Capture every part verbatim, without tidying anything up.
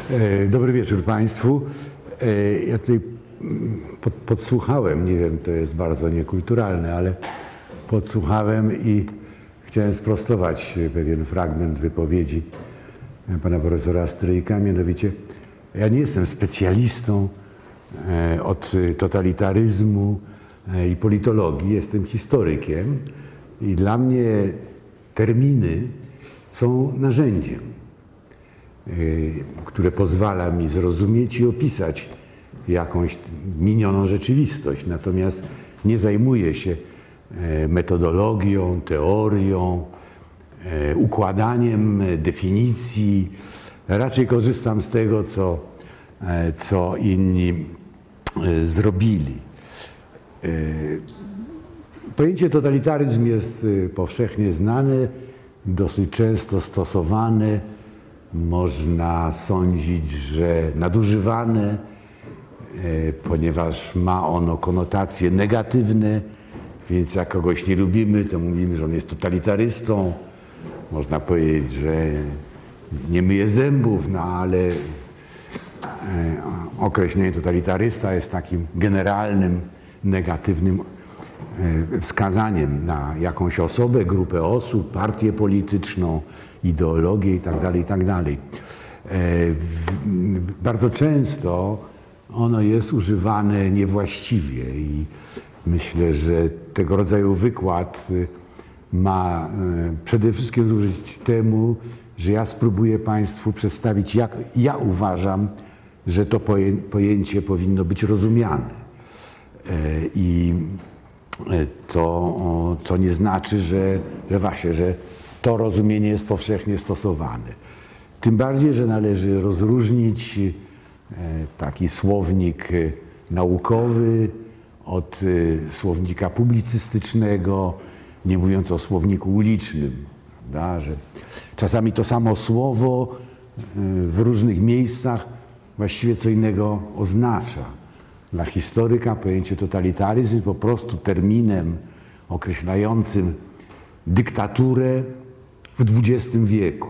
Dobry wieczór Państwu. Ja tutaj pod, podsłuchałem, nie wiem, to jest bardzo niekulturalne, ale podsłuchałem i chciałem sprostować pewien fragment wypowiedzi pana profesora Stryjka. Mianowicie, ja nie jestem specjalistą od totalitaryzmu i politologii, jestem historykiem i dla mnie terminy są narzędziem, które pozwala mi zrozumieć i opisać jakąś minioną rzeczywistość. Natomiast nie zajmuję się metodologią, teorią, układaniem definicji. Raczej korzystam z tego, co, co inni zrobili. Pojęcie totalitaryzm jest powszechnie znane, dosyć często stosowane. Można sądzić, że nadużywane, ponieważ ma ono konotacje negatywne, więc jak kogoś nie lubimy, to mówimy, że on jest totalitarystą. Można powiedzieć, że nie myje zębów, no ale określenie totalitarysta jest takim generalnym, negatywnym wskazaniem na jakąś osobę, grupę osób, partię polityczną, ideologię itd., itd. Bardzo często ono jest używane niewłaściwie i myślę, że tego rodzaju wykład ma przede wszystkim służyć temu, że ja spróbuję Państwu przedstawić, jak ja uważam, że to pojęcie powinno być rozumiane. I to, co nie znaczy, że, że właśnie, że to rozumienie jest powszechnie stosowane. Tym bardziej, że należy rozróżnić taki słownik naukowy od słownika publicystycznego, nie mówiąc o słowniku ulicznym, prawda? Że czasami to samo słowo w różnych miejscach właściwie co innego oznacza. Dla historyka pojęcie totalitaryzm jest po prostu terminem określającym dyktaturę w dwudziestym wieku.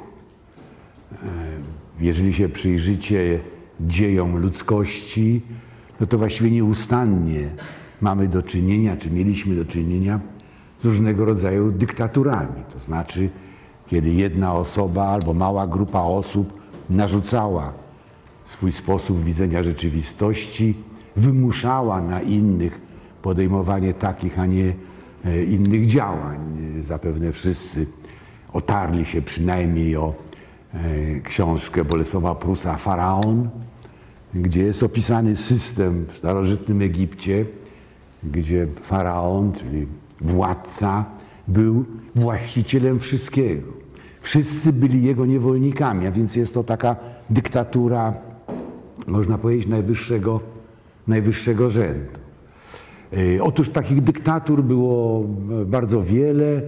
Jeżeli się przyjrzycie dziejom ludzkości, no to właściwie nieustannie mamy do czynienia, czy mieliśmy do czynienia z różnego rodzaju dyktaturami. To znaczy, kiedy jedna osoba albo mała grupa osób narzucała swój sposób widzenia rzeczywistości, wymuszała na innych podejmowanie takich, a nie innych działań. Zapewne wszyscy otarli się przynajmniej o książkę Bolesława Prusa Faraon, gdzie jest opisany system w starożytnym Egipcie, gdzie faraon, czyli władca, był właścicielem wszystkiego. Wszyscy byli jego niewolnikami, a więc jest to taka dyktatura, można powiedzieć, najwyższego, najwyższego rzędu. Otóż takich dyktatur było bardzo wiele,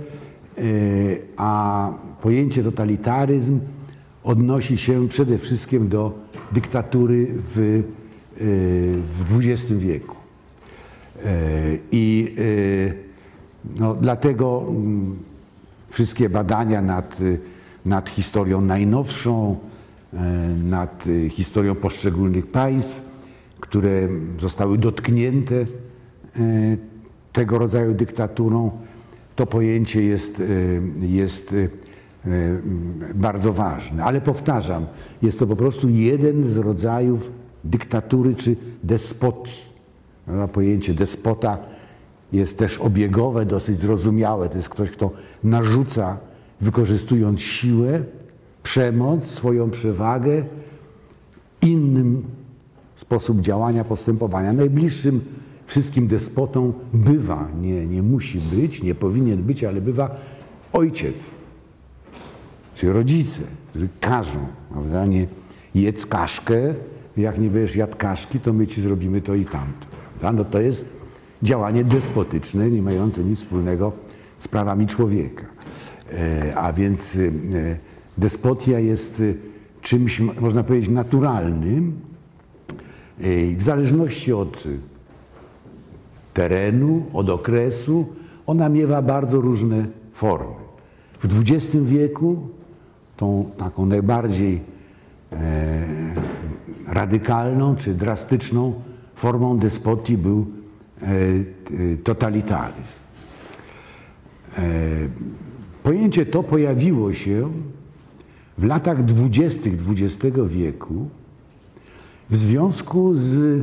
a pojęcie totalitaryzm odnosi się przede wszystkim do dyktatury w, w dwudziestym wieku. I no, dlatego wszystkie badania nad, nad historią najnowszą, nad historią poszczególnych państw, które zostały dotknięte tego rodzaju dyktaturą, to pojęcie jest, jest bardzo ważne. Ale powtarzam, jest to po prostu jeden z rodzajów dyktatury czy despotii. Pojęcie despota jest też obiegowe, dosyć zrozumiałe. To jest ktoś, kto narzuca, wykorzystując siłę, przemoc, swoją przewagę, innym sposób działania, postępowania. Najbliższym wszystkim despotą bywa, nie, nie musi być, nie powinien być, ale bywa ojciec, czy rodzice, którzy każą, prawda? Nie jedz kaszkę, jak nie będziesz jadł kaszki, to my ci zrobimy to i tamto. Prawda? No to jest działanie despotyczne, nie mające nic wspólnego z prawami człowieka. E, a więc e, despotia jest czymś, można powiedzieć, naturalnym, e, w zależności od terenu, od okresu, ona miewa bardzo różne formy. W dwudziestym wieku tą taką najbardziej e, radykalną czy drastyczną formą despotii był totalitaryzm. Pojęcie to pojawiło się w latach dwudziestych dwudziestego wieku w związku z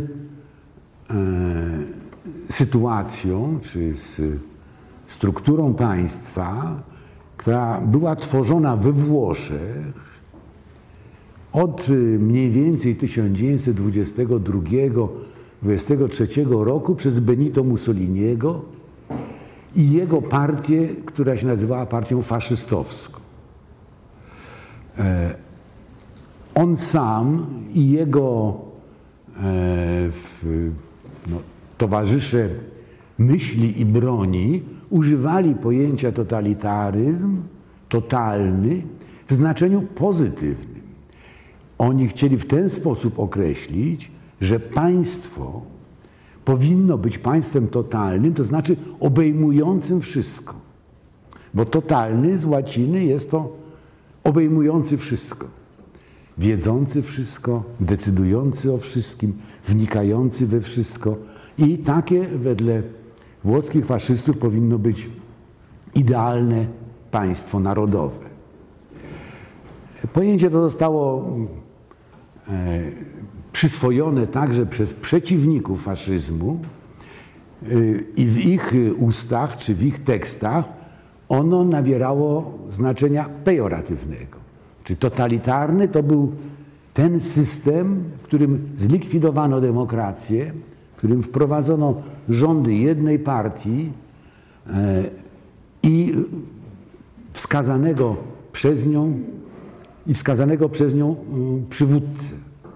sytuacją czy z strukturą państwa, która była tworzona we Włoszech od mniej więcej tysiąc dziewięćset dwudziestego drugiego dwudziestego trzeciego roku przez Benito Mussoliniego i jego partię, która się nazywała partią faszystowską. On sam i jego no, towarzysze myśli i broni używali pojęcia totalitaryzm, totalny, w znaczeniu pozytywnym. Oni chcieli w ten sposób określić, że państwo powinno być państwem totalnym, to znaczy obejmującym wszystko. Bo totalny z łaciny jest to obejmujący wszystko. Wiedzący wszystko, decydujący o wszystkim, wnikający we wszystko. I takie wedle włoskich faszystów powinno być idealne państwo narodowe. Pojęcie to zostało e, przyswojone także przez przeciwników faszyzmu e, i w ich ustach czy w ich tekstach ono nabierało znaczenia pejoratywnego. Czy totalitarny to był ten system, w którym zlikwidowano demokrację, w którym wprowadzono rządy jednej partii e, i wskazanego przez nią i wskazanego przez nią przywódcę,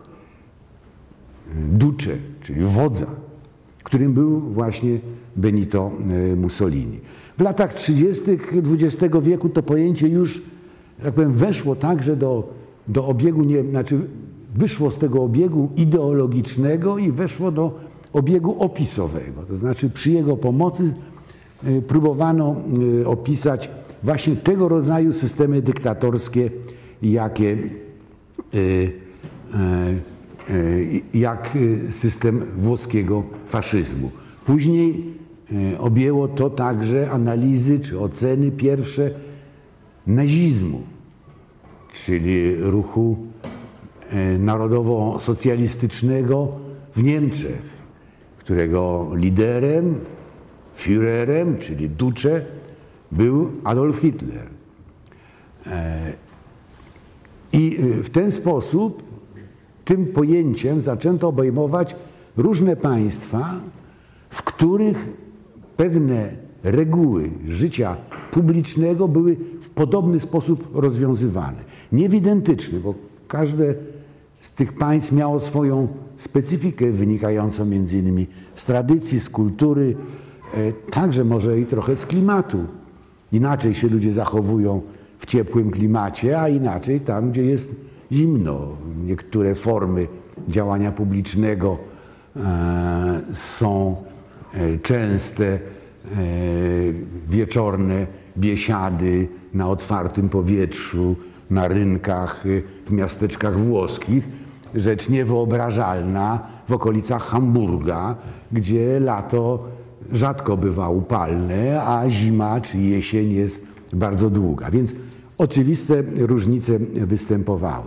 duce, czyli wodza, którym był właśnie Benito Mussolini. W latach trzydziestych dwudziestego wieku to pojęcie już, jak powiem, weszło także do, do obiegu, nie, znaczy wyszło z tego obiegu ideologicznego i weszło do obiegu opisowego. To znaczy przy jego pomocy próbowano opisać właśnie tego rodzaju systemy dyktatorskie, jakie, jak system włoskiego faszyzmu. Później objęło to także analizy czy oceny pierwsze nazizmu, czyli ruchu narodowo-socjalistycznego w Niemczech, którego liderem, Führerem, czyli duce, był Adolf Hitler. I w ten sposób tym pojęciem zaczęto obejmować różne państwa, w których pewne reguły życia publicznego były w podobny sposób rozwiązywane. Nie w identyczny, bo każde z tych państw miało swoją specyfikę wynikającą między innymi z tradycji, z kultury, także może i trochę z klimatu. Inaczej się ludzie zachowują w ciepłym klimacie, a inaczej tam, gdzie jest zimno. Niektóre formy działania publicznego e, są e, częste, e, wieczorne biesiady na otwartym powietrzu, na rynkach, w miasteczkach włoskich. Rzecz niewyobrażalna w okolicach Hamburga, gdzie lato rzadko bywa upalne, a zima czy jesień jest bardzo długa. Więc oczywiste różnice występowały.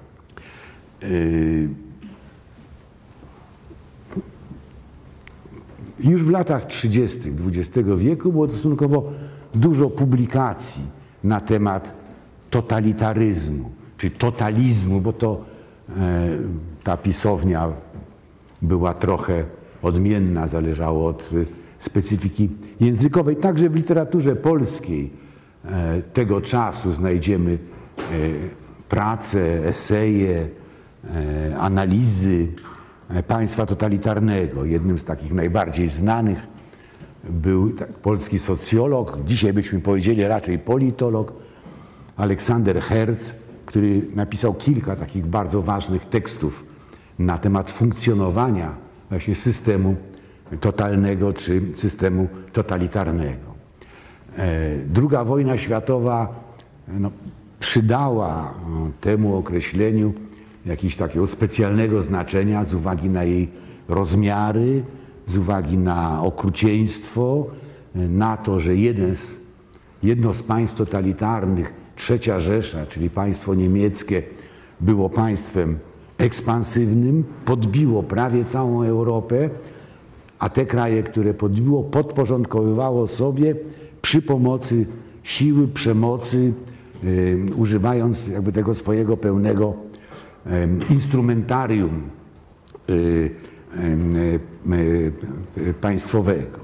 Już w latach trzydziestych dwudziestego wieku było stosunkowo dużo publikacji na temat totalitaryzmu, czy totalizmu, bo to ta pisownia była trochę odmienna, zależało od specyfiki językowej. Także w literaturze polskiej tego czasu znajdziemy prace, eseje, analizy państwa totalitarnego. Jednym z takich najbardziej znanych był tak, polski socjolog, dzisiaj byśmy powiedzieli raczej politolog, Aleksander Herz, który napisał kilka takich bardzo ważnych tekstów na temat funkcjonowania właśnie systemu totalnego czy systemu totalitarnego. Druga wojna światowa no, przydała temu określeniu jakiegoś takiego specjalnego znaczenia z uwagi na jej rozmiary, z uwagi na okrucieństwo, na to, że jeden z, jedno z państw totalitarnych, Trzecia Rzesza, czyli państwo niemieckie, było państwem ekspansywnym, podbiło prawie całą Europę, a te kraje, które podbiło, podporządkowywało sobie przy pomocy siły, przemocy, yy, używając jakby tego swojego pełnego yy, instrumentarium yy, yy, yy, państwowego.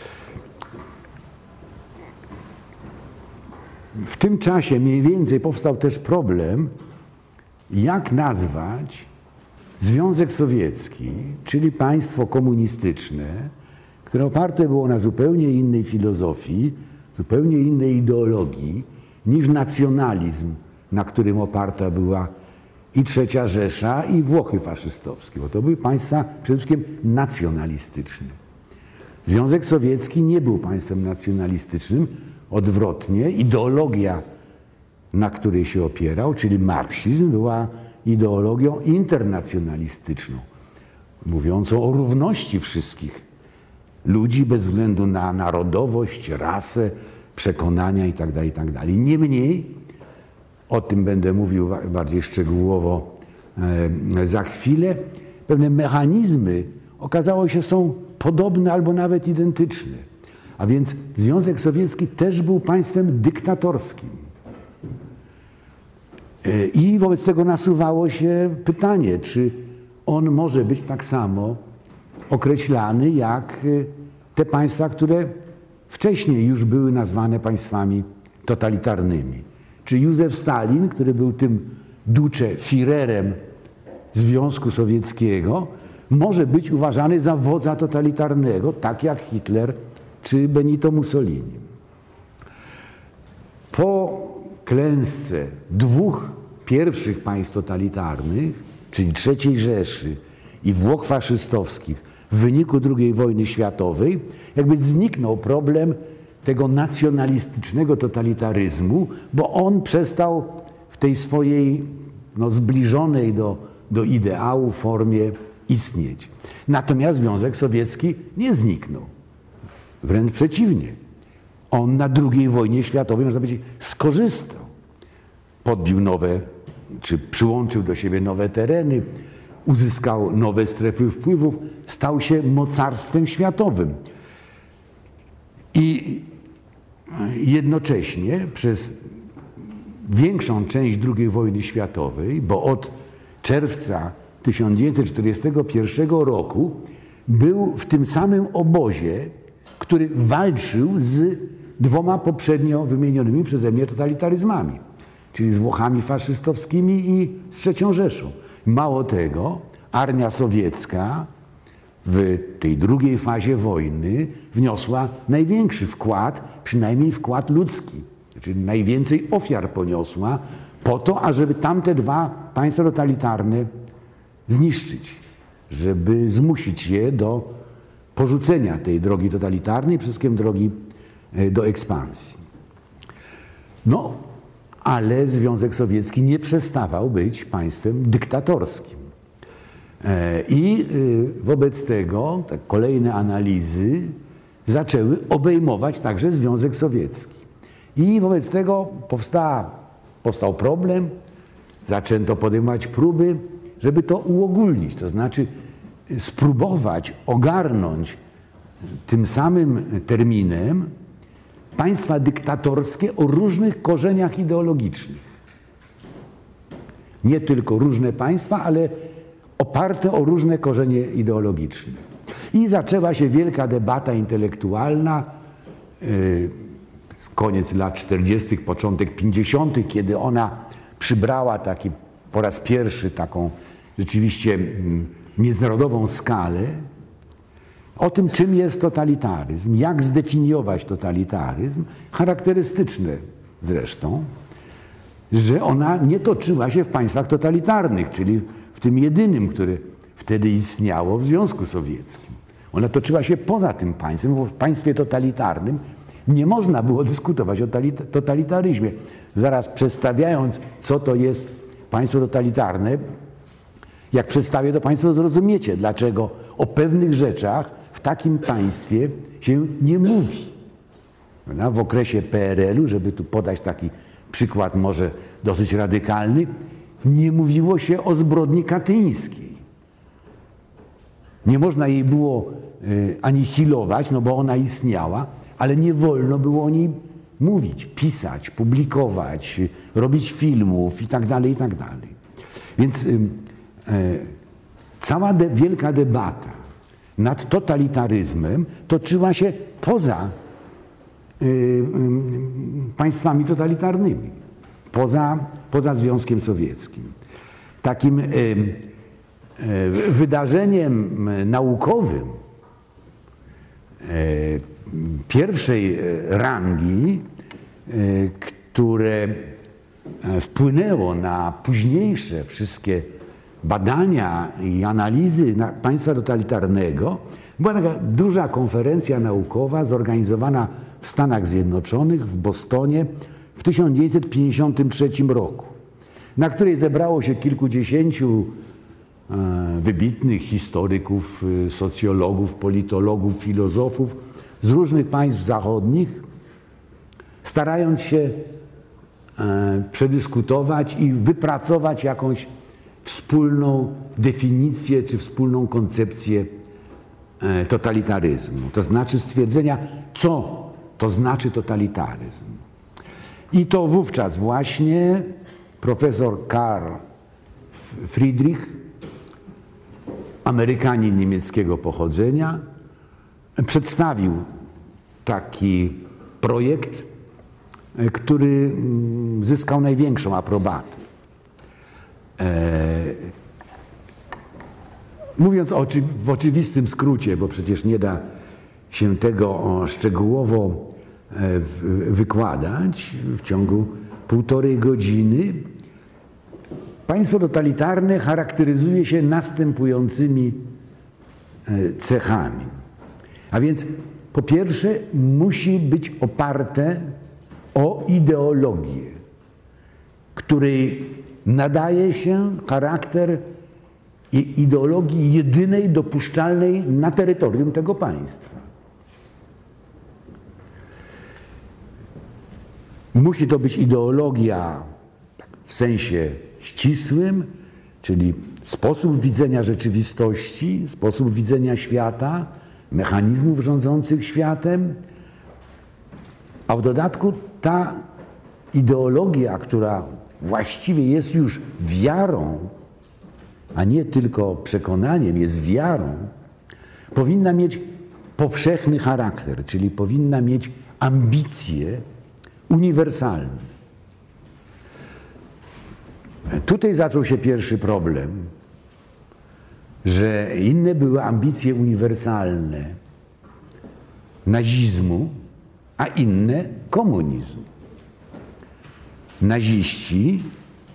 W tym czasie mniej więcej powstał też problem, jak nazwać Związek Sowiecki, czyli państwo komunistyczne, które oparte było na zupełnie innej filozofii, zupełnie innej ideologii niż nacjonalizm, na którym oparta była i Trzecia Rzesza, i Włochy faszystowskie, bo to były państwa przede wszystkim nacjonalistyczne. Związek Sowiecki nie był państwem nacjonalistycznym, odwrotnie, ideologia, na której się opierał, czyli marksizm, była ideologią internacjonalistyczną, mówiącą o równości wszystkich ludzi bez względu na narodowość, rasę, przekonania itd., itd. Niemniej, o tym będę mówił bardziej szczegółowo za chwilę, pewne mechanizmy okazało się są podobne albo nawet identyczne. A więc Związek Sowiecki też był państwem dyktatorskim. I wobec tego nasuwało się pytanie, czy on może być tak samo określany jak te państwa, które wcześniej już były nazwane państwami totalitarnymi. Czy Józef Stalin, który był tym duce Führerem Związku Sowieckiego, może być uważany za wodza totalitarnego, tak jak Hitler czy Benito Mussolini. Po klęsce dwóch pierwszych państw totalitarnych, czyli trzeciej Rzeszy i Włoch faszystowskich w wyniku drugiej wojny światowej, jakby zniknął problem tego nacjonalistycznego totalitaryzmu, bo on przestał w tej swojej no, zbliżonej do, do ideału formie istnieć. Natomiast Związek Sowiecki nie zniknął. Wręcz przeciwnie. On na drugiej wojnie światowej, można powiedzieć, skorzystał. Podbił nowe, czy przyłączył do siebie nowe tereny, uzyskał nowe strefy wpływów, stał się mocarstwem światowym. I jednocześnie przez większą część drugiej wojny światowej, bo od czerwca tysiąc dziewięćset czterdziestego pierwszego roku był w tym samym obozie, który walczył z dwoma poprzednio wymienionymi przeze mnie totalitaryzmami, czyli z Włochami faszystowskimi i z trzecią Rzeszą. Mało tego, armia sowiecka w tej drugiej fazie wojny wniosła największy wkład, przynajmniej wkład ludzki, czyli najwięcej ofiar poniosła po to, ażeby tamte dwa państwa totalitarne zniszczyć, żeby zmusić je do porzucenia tej drogi totalitarnej, przede wszystkim drogi do ekspansji. No, ale Związek Sowiecki nie przestawał być państwem dyktatorskim. I wobec tego te kolejne analizy zaczęły obejmować także Związek Sowiecki. I wobec tego powstała, powstał problem, zaczęto podejmować próby, żeby to uogólnić, to znaczy spróbować ogarnąć tym samym terminem państwa dyktatorskie o różnych korzeniach ideologicznych. Nie tylko różne państwa, ale oparte o różne korzenie ideologiczne. I zaczęła się wielka debata intelektualna, yy, koniec lat czterdziestych, początek pięćdziesiątych, kiedy ona przybrała taki po raz pierwszy taką rzeczywiście międzynarodową skalę, o tym, czym jest totalitaryzm, jak zdefiniować totalitaryzm, charakterystyczne zresztą, że ona nie toczyła się w państwach totalitarnych, czyli w tym jedynym, które wtedy istniało w Związku Sowieckim. Ona toczyła się poza tym państwem, bo w państwie totalitarnym nie można było dyskutować o totalitaryzmie. Zaraz przedstawiając, co to jest państwo totalitarne, Jak przedstawię, to Państwo zrozumiecie, dlaczego o pewnych rzeczach w takim państwie się nie mówi. W okresie P R L u, żeby tu podać taki przykład może dosyć radykalny, nie mówiło się o zbrodni katyńskiej. Nie można jej było anihilować, no bo ona istniała, ale nie wolno było o niej mówić, pisać, publikować, robić filmów i tak dalej, i tak dalej. Więc y, y, cała de, wielka debata nad totalitaryzmem toczyła się poza y, y, państwami totalitarnymi, poza, poza Związkiem Sowieckim. Takim y, y, wydarzeniem naukowym y, pierwszej rangi, które wpłynęło na późniejsze wszystkie badania i analizy państwa totalitarnego, była taka duża konferencja naukowa zorganizowana w Stanach Zjednoczonych, w Bostonie w tysiąc dziewięćset pięćdziesiątym trzecim roku, na której zebrało się kilkudziesięciu wybitnych historyków, socjologów, politologów, filozofów z różnych państw zachodnich, starając się przedyskutować i wypracować jakąś wspólną definicję czy wspólną koncepcję totalitaryzmu. To znaczy stwierdzenia, co to znaczy totalitaryzm. I to wówczas właśnie profesor Karl Friedrich, Amerykanin niemieckiego pochodzenia, przedstawił taki projekt, który zyskał największą aprobatę. E, mówiąc o, w oczywistym skrócie, bo przecież nie da się tego szczegółowo wykładać w ciągu półtorej godziny, państwo totalitarne charakteryzuje się następującymi cechami. A więc po pierwsze musi być oparte o ideologię, której nadaje się charakter ideologii jedynej dopuszczalnej na terytorium tego państwa. Musi to być ideologia w sensie ścisłym, czyli sposób widzenia rzeczywistości, sposób widzenia świata, mechanizmów rządzących światem, a w dodatku ta ideologia, która właściwie jest już wiarą, a nie tylko przekonaniem, jest wiarą, powinna mieć powszechny charakter, czyli powinna mieć ambicje uniwersalne. Tutaj zaczął się pierwszy problem, że inne były ambicje uniwersalne nazizmu, a inne komunizmu. Naziści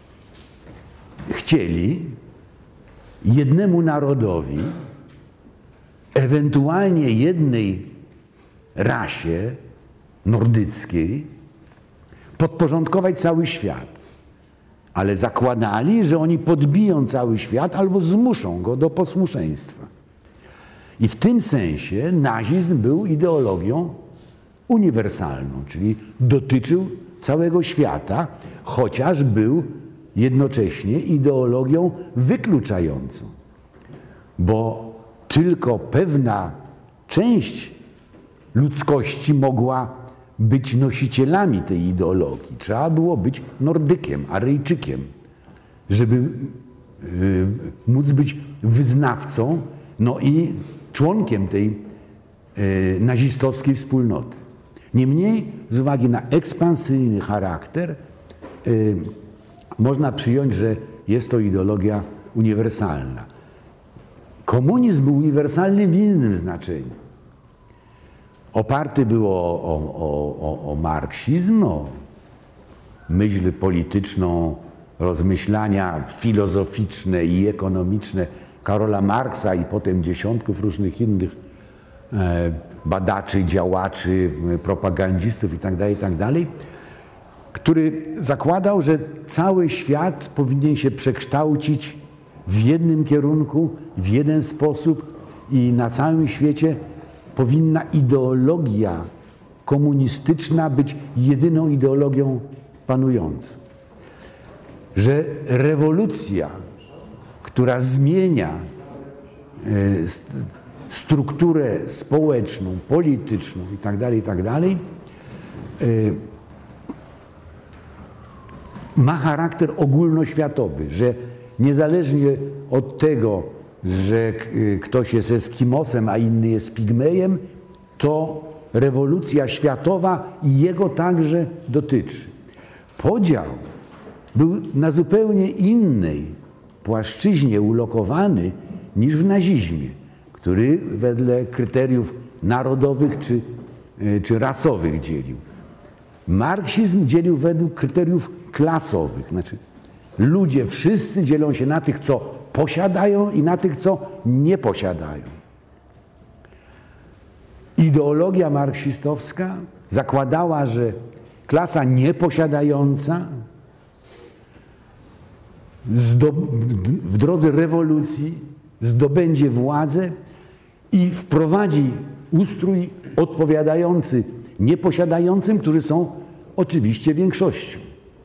chcieli jednemu narodowi, ewentualnie jednej rasie nordyckiej, podporządkować cały świat. Ale zakładali, że oni podbiją cały świat albo zmuszą go do posłuszeństwa. I w tym sensie nazizm był ideologią uniwersalną, czyli dotyczył całego świata, chociaż był jednocześnie ideologią wykluczającą. Bo tylko pewna część ludzkości mogła być nosicielami tej ideologii. Trzeba było być Nordykiem, Aryjczykiem, żeby y, móc być wyznawcą, no i członkiem tej y, nazistowskiej wspólnoty. Niemniej, z uwagi na ekspansyjny charakter, y, można przyjąć, że jest to ideologia uniwersalna. Komunizm był uniwersalny w innym znaczeniu. Oparty był o, o, o, o marksizm, o myśl polityczną, rozmyślania filozoficzne i ekonomiczne Karola Marksa i potem dziesiątków różnych innych e, badaczy, działaczy, propagandzistów itd., itd., który zakładał, że cały świat powinien się przekształcić w jednym kierunku, w jeden sposób i na całym świecie powinna ideologia komunistyczna być jedyną ideologią panującą. Że rewolucja, która zmienia strukturę społeczną, polityczną itd., itd., ma charakter ogólnoświatowy, że niezależnie od tego, że ktoś jest Eskimosem, a inny jest Pigmejem, to rewolucja światowa jego także dotyczy. Podział był na zupełnie innej płaszczyźnie ulokowany niż w nazizmie, który wedle kryteriów narodowych czy, czy rasowych dzielił. Marksizm dzielił według kryteriów klasowych, znaczy ludzie wszyscy dzielą się na tych, co posiadają i na tych, co nie posiadają. Ideologia marksistowska zakładała, że klasa nieposiadająca w drodze rewolucji zdobędzie władzę i wprowadzi ustrój odpowiadający nieposiadającym, którzy są oczywiście większością.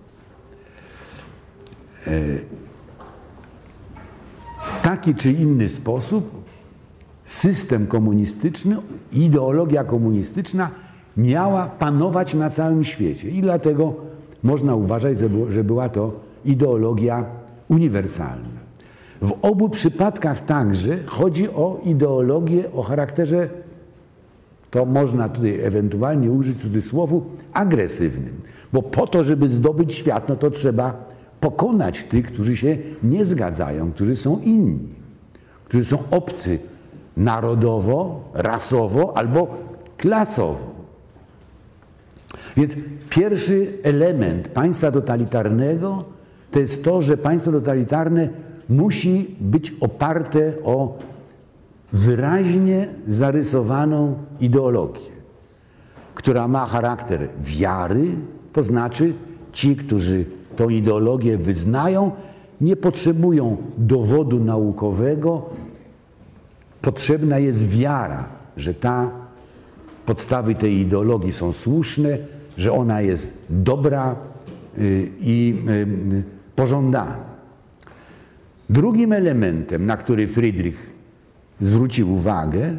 W taki czy inny sposób system komunistyczny, ideologia komunistyczna miała panować na całym świecie i dlatego można uważać, że była to ideologia uniwersalna. W obu przypadkach także chodzi o ideologię o charakterze, to można tutaj ewentualnie użyć cudzysłowu, agresywnym. Bo po to, żeby zdobyć świat, no to trzeba pokonać tych, którzy się nie zgadzają, którzy są inni, którzy są obcy narodowo, rasowo albo klasowo. Więc pierwszy element państwa totalitarnego to jest to, że państwo totalitarne musi być oparte o wyraźnie zarysowaną ideologię, która ma charakter wiary, to znaczy ci, którzy tą ideologię wyznają, nie potrzebują dowodu naukowego, potrzebna jest wiara, że ta, podstawy tej ideologii są słuszne, że ona jest dobra i pożądana. Drugim elementem, na który Friedrich zwrócił uwagę,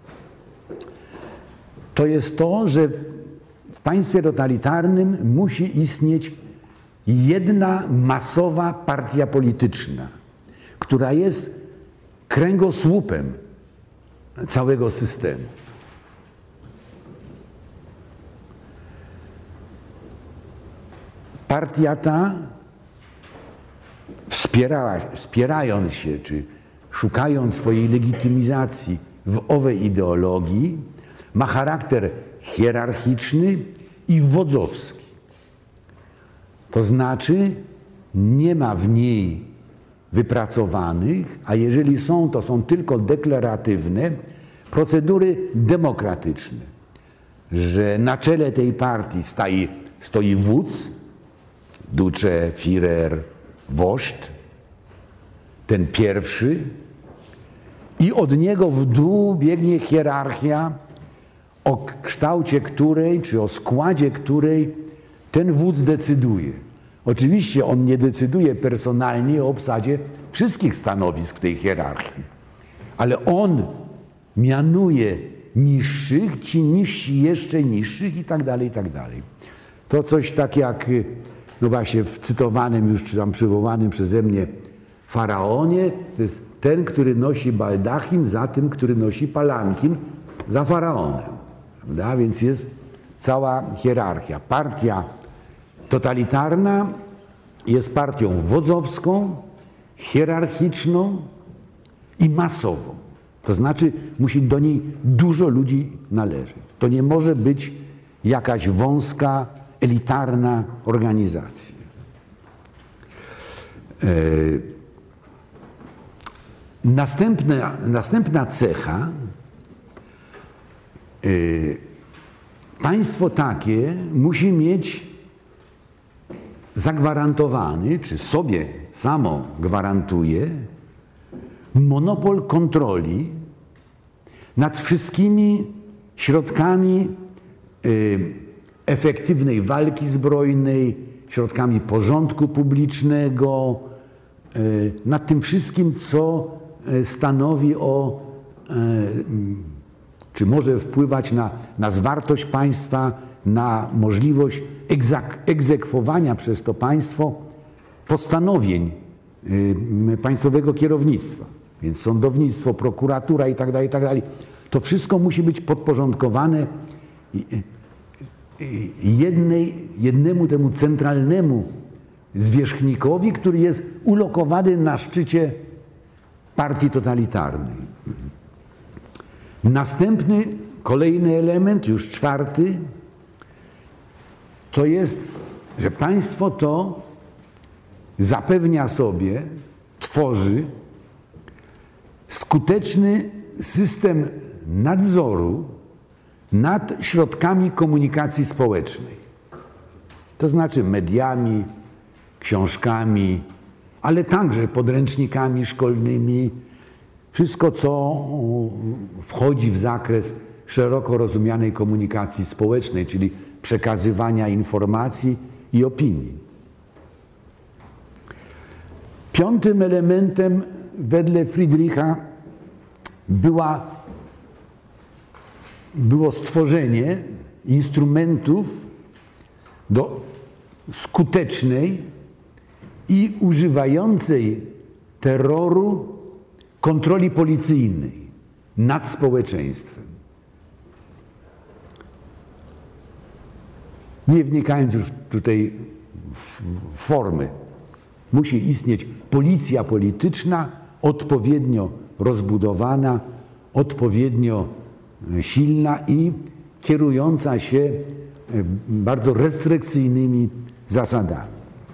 to jest to, że w państwie totalitarnym musi istnieć jedna masowa partia polityczna, która jest kręgosłupem całego systemu. Partia ta, wspierała, wspierając się, czy szukając swojej legitymizacji w owej ideologii, ma charakter hierarchiczny i wodzowski. To znaczy nie ma w niej wypracowanych, a jeżeli są, to są tylko deklaratywne, procedury demokratyczne, że na czele tej partii stoi, stoi wódz, Duce, Führer, wождь, ten pierwszy, i od niego w dół biegnie hierarchia, o kształcie której, czy o składzie której ten wódz decyduje. Oczywiście on nie decyduje personalnie o obsadzie wszystkich stanowisk tej hierarchii, ale on mianuje niższych, ci niżsi jeszcze niższych i tak dalej, i tak dalej. To coś tak jak, no właśnie w cytowanym już, czy tam przywołanym przeze mnie faraonie, to jest ten, który nosi baldachim za tym, który nosi palankin za faraonem. Prawda? Więc jest cała hierarchia. Partia totalitarna jest partią wodzowską, hierarchiczną i masową. To znaczy musi do niej dużo ludzi należeć. To nie może być jakaś wąska, elitarna organizacja. Yy. Następna, następna cecha, yy, państwo takie musi mieć zagwarantowany, czy sobie samo gwarantuje monopol kontroli nad wszystkimi środkami y, efektywnej walki zbrojnej, środkami porządku publicznego, y, nad tym wszystkim, co stanowi o, y, czy może wpływać na, na zwartość państwa, na możliwość egzek egzekwowania przez to państwo postanowień y, państwowego kierownictwa. Więc sądownictwo, prokuratura i tak dalej, i tak dalej. To wszystko musi być podporządkowane jednej, jednemu temu centralnemu zwierzchnikowi, który jest ulokowany na szczycie partii totalitarnej. Następny, kolejny element, już czwarty, to jest, że państwo to zapewnia sobie, tworzy skuteczny system nadzoru nad środkami komunikacji społecznej. To znaczy mediami, książkami, ale także podręcznikami szkolnymi. Wszystko, co wchodzi w zakres szeroko rozumianej komunikacji społecznej, czyli przekazywania informacji i opinii. Piątym elementem wedle Friedricha była, było stworzenie instrumentów do skutecznej i używającej terroru kontroli policyjnej nad społeczeństwem. Nie wnikając już tutaj w formy, musi istnieć policja polityczna, odpowiednio rozbudowana, odpowiednio silna i kierująca się bardzo restrykcyjnymi zasadami.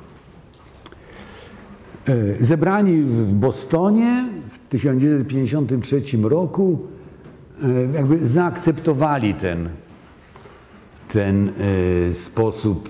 Zebrani w Bostonie w tysiąc dziewięćset pięćdziesiątym trzecim roku jakby zaakceptowali ten, ten sposób,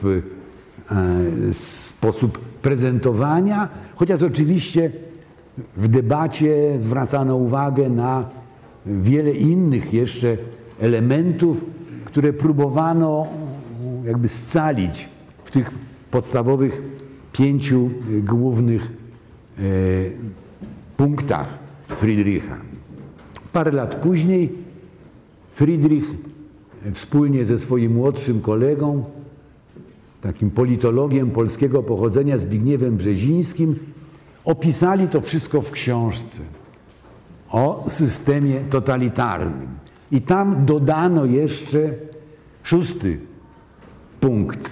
sposób prezentowania, chociaż oczywiście w debacie zwracano uwagę na wiele innych jeszcze elementów, które próbowano jakby scalić w tych podstawowych pięciu głównych e, punktach Friedricha. Parę lat później Friedrich wspólnie ze swoim młodszym kolegą, takim politologiem polskiego pochodzenia, Zbigniewem Brzezińskim, opisali to wszystko w książce o systemie totalitarnym. I tam dodano jeszcze szósty punkt,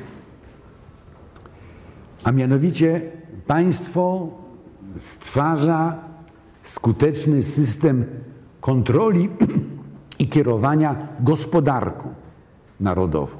a mianowicie państwo stwarza skuteczny system kontroli i kierowania gospodarką narodową.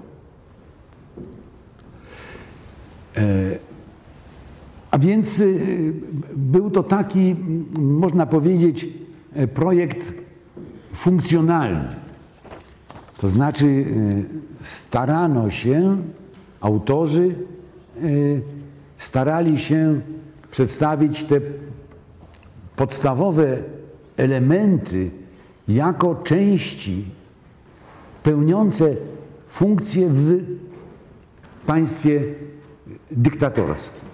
A więc był to taki, można powiedzieć, projekt funkcjonalny. To znaczy starano się, autorzy starali się przedstawić te podstawowe elementy jako części pełniące funkcje w państwie dyktatorskim.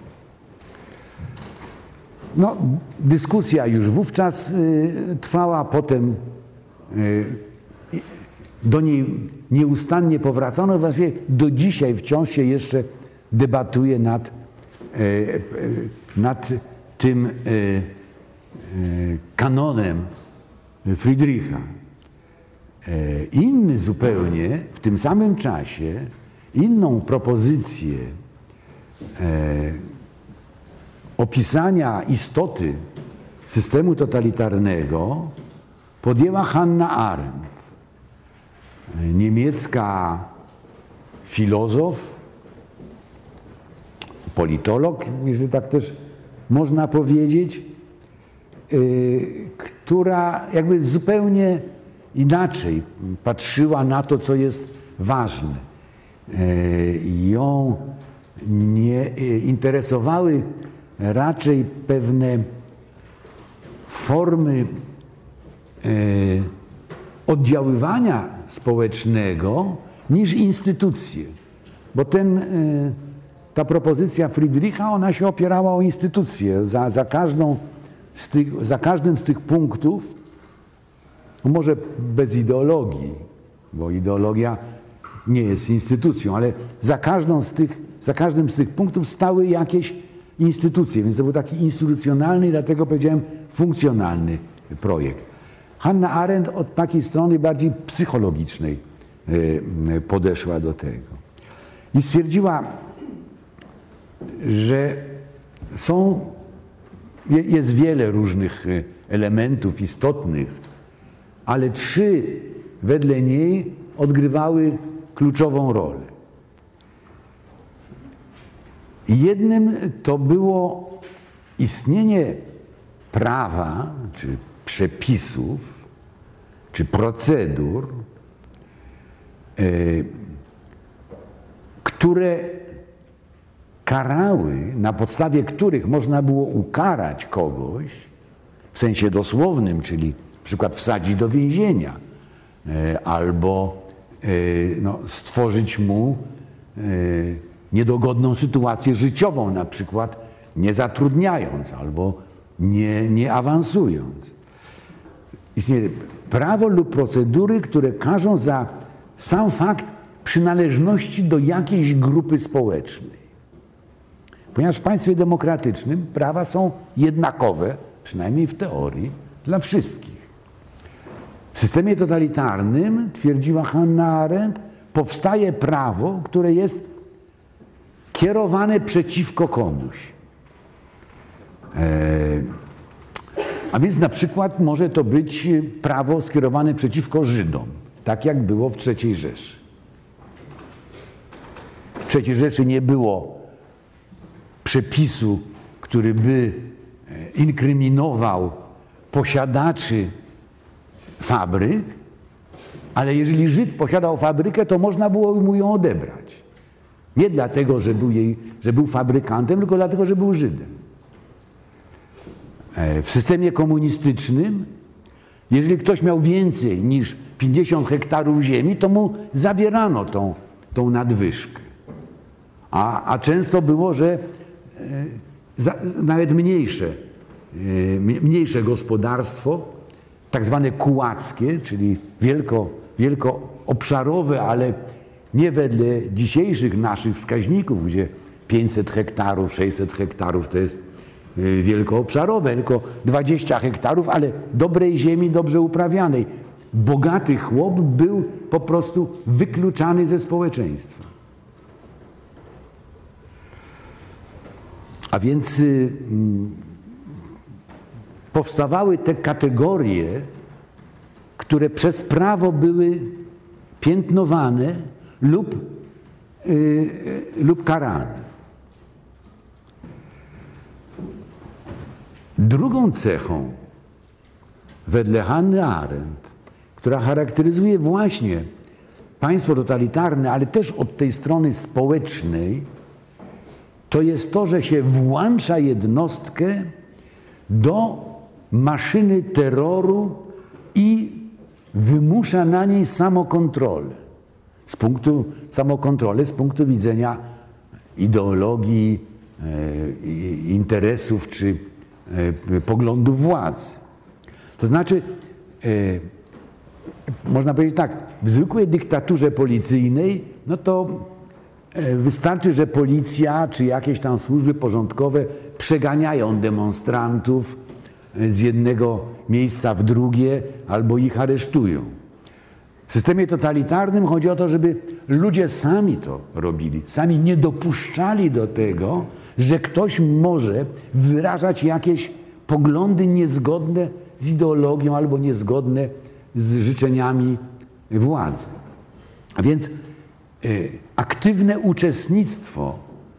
No, dyskusja już wówczas y, trwała, potem y, do niej nieustannie powracano. Właściwie do dzisiaj wciąż się jeszcze debatuje nad, y, y, nad tym y, y, kanonem Friedricha. Y, inny zupełnie w tym samym czasie, inną propozycję y, opisania istoty systemu totalitarnego podjęła Hannah Arendt, niemiecka filozof, politolog, jeżeli tak też można powiedzieć, która jakby zupełnie inaczej patrzyła na to, co jest ważne. Ją nie interesowały raczej pewne formy e, oddziaływania społecznego niż instytucje. Bo ten, e, ta propozycja Friedricha, ona się opierała o instytucje. Za, za, każdą z tych, za każdym z tych punktów, może bez ideologii, bo ideologia nie jest instytucją, ale za, każdą z tych, za każdym z tych punktów stały jakieś instytucje, więc to był taki instytucjonalny i dlatego powiedziałem funkcjonalny projekt. Hannah Arendt od takiej strony bardziej psychologicznej podeszła do tego i stwierdziła, że są, jest wiele różnych elementów istotnych, ale trzy wedle niej odgrywały kluczową rolę. Jednym to było istnienie prawa, czy przepisów, czy procedur, które karały, na podstawie których można było ukarać kogoś, w sensie dosłownym, czyli na przykład wsadzić do więzienia, albo no, stworzyć mu niedogodną sytuację życiową, na przykład nie zatrudniając albo nie, nie awansując. Istnieje prawo lub procedury, które karzą za sam fakt przynależności do jakiejś grupy społecznej. Ponieważ w państwie demokratycznym prawa są jednakowe, przynajmniej w teorii, dla wszystkich. W systemie totalitarnym, twierdziła Hannah Arendt, powstaje prawo, które jest kierowane przeciwko komuś. Eee, a więc na przykład może to być prawo skierowane przeciwko Żydom, tak jak było w trzeciej Rzeszy. W trzeciej Rzeszy nie było przepisu, który by inkryminował posiadaczy fabryk, ale jeżeli Żyd posiadał fabrykę, to można było mu ją odebrać. Nie dlatego, że był, jej, że był fabrykantem, tylko dlatego, że był Żydem. W systemie komunistycznym, jeżeli ktoś miał więcej niż pięćdziesiąt hektarów ziemi, to mu zabierano tą, tą nadwyżkę. A, a często było, że e, za, nawet mniejsze, e, mniejsze gospodarstwo, tak zwane kułackie, czyli wielko, wielkoobszarowe, ale nie wedle dzisiejszych naszych wskaźników, gdzie pięćset hektarów, sześćset hektarów to jest wielkoobszarowe, tylko dwadzieścia hektarów, ale dobrej ziemi, dobrze uprawianej. Bogaty chłop był po prostu wykluczany ze społeczeństwa. A więc y, powstawały te kategorie, które przez prawo były piętnowane lub, y, y, lub karane. Drugą cechą, wedle Hannah Arendt, która charakteryzuje właśnie państwo totalitarne, ale też od tej strony społecznej, to jest to, że się włącza jednostkę do maszyny terroru i wymusza na niej samokontrolę. Z punktu, samokontrolę z punktu widzenia ideologii, e, interesów czy e, poglądów władzy. To znaczy, e, można powiedzieć tak, w zwykłej dyktaturze policyjnej, no to e, wystarczy, że policja czy jakieś tam służby porządkowe przeganiają demonstrantów z jednego miejsca w drugie albo ich aresztują. W systemie totalitarnym chodzi o to, żeby ludzie sami to robili, sami nie dopuszczali do tego, że ktoś może wyrażać jakieś poglądy niezgodne z ideologią albo niezgodne z życzeniami władzy. A więc y, aktywne uczestnictwo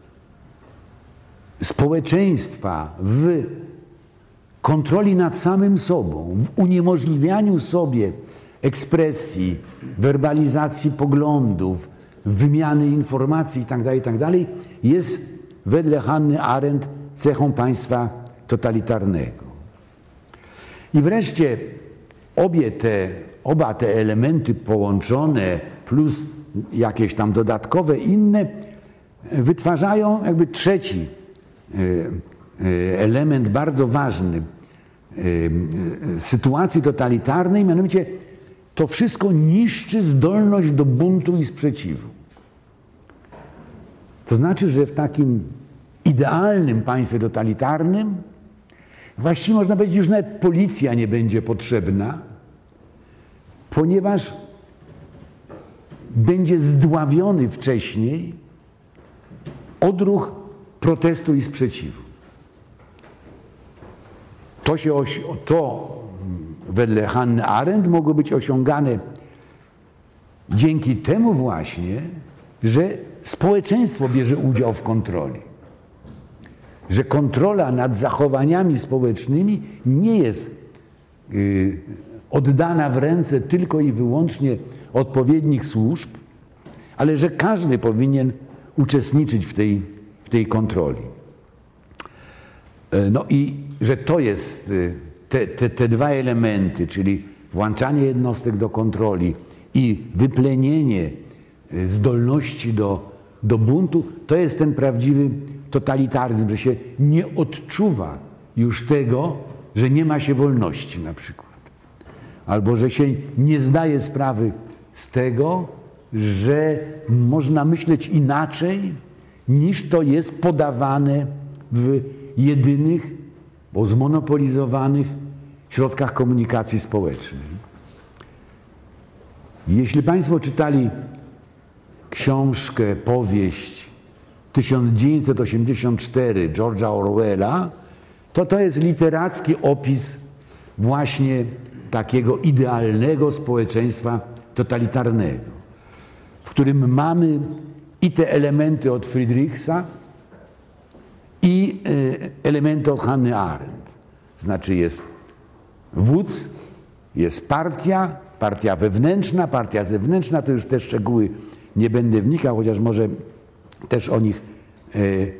społeczeństwa w kontroli nad samym sobą, w uniemożliwianiu sobie ekspresji, werbalizacji poglądów, wymiany informacji itd., itd. jest wedle Hannah Arendt cechą państwa totalitarnego. I wreszcie obie te, oba te elementy połączone plus jakieś tam dodatkowe inne wytwarzają jakby trzeci element bardzo ważny sytuacji totalitarnej, mianowicie to wszystko niszczy zdolność do buntu i sprzeciwu. To znaczy, że w takim idealnym państwie totalitarnym właściwie można powiedzieć, już nawet policja nie będzie potrzebna, ponieważ będzie zdławiony wcześniej odruch protestu i sprzeciwu. To, się osi- to wedle Hannah Arendt mogło być osiągane dzięki temu właśnie, że społeczeństwo bierze udział w kontroli. Że kontrola nad zachowaniami społecznymi nie jest yy, oddana w ręce tylko i wyłącznie odpowiednich służb, ale że każdy powinien uczestniczyć w tej, w tej kontroli. No i że to jest te, te, te dwa elementy, czyli włączanie jednostek do kontroli i wyplenienie zdolności do, do buntu, to jest ten prawdziwy totalitaryzm, że się nie odczuwa już tego, że nie ma się wolności na przykład. Albo że się nie zdaje sprawy z tego, że można myśleć inaczej, niż to jest podawane w jedynych, bo zmonopolizowanych środkach komunikacji społecznej. Jeśli Państwo czytali książkę, powieść tysiąc dziewięćset osiemdziesiąt cztery George'a Orwella, to to jest literacki opis właśnie takiego idealnego społeczeństwa totalitarnego, w którym mamy i te elementy od Friedrichsa, i elementy od Hannah Arendt. Znaczy jest wódz, jest partia, partia wewnętrzna, partia zewnętrzna, to już te szczegóły nie będę wnikał, chociaż może też o nich e, e,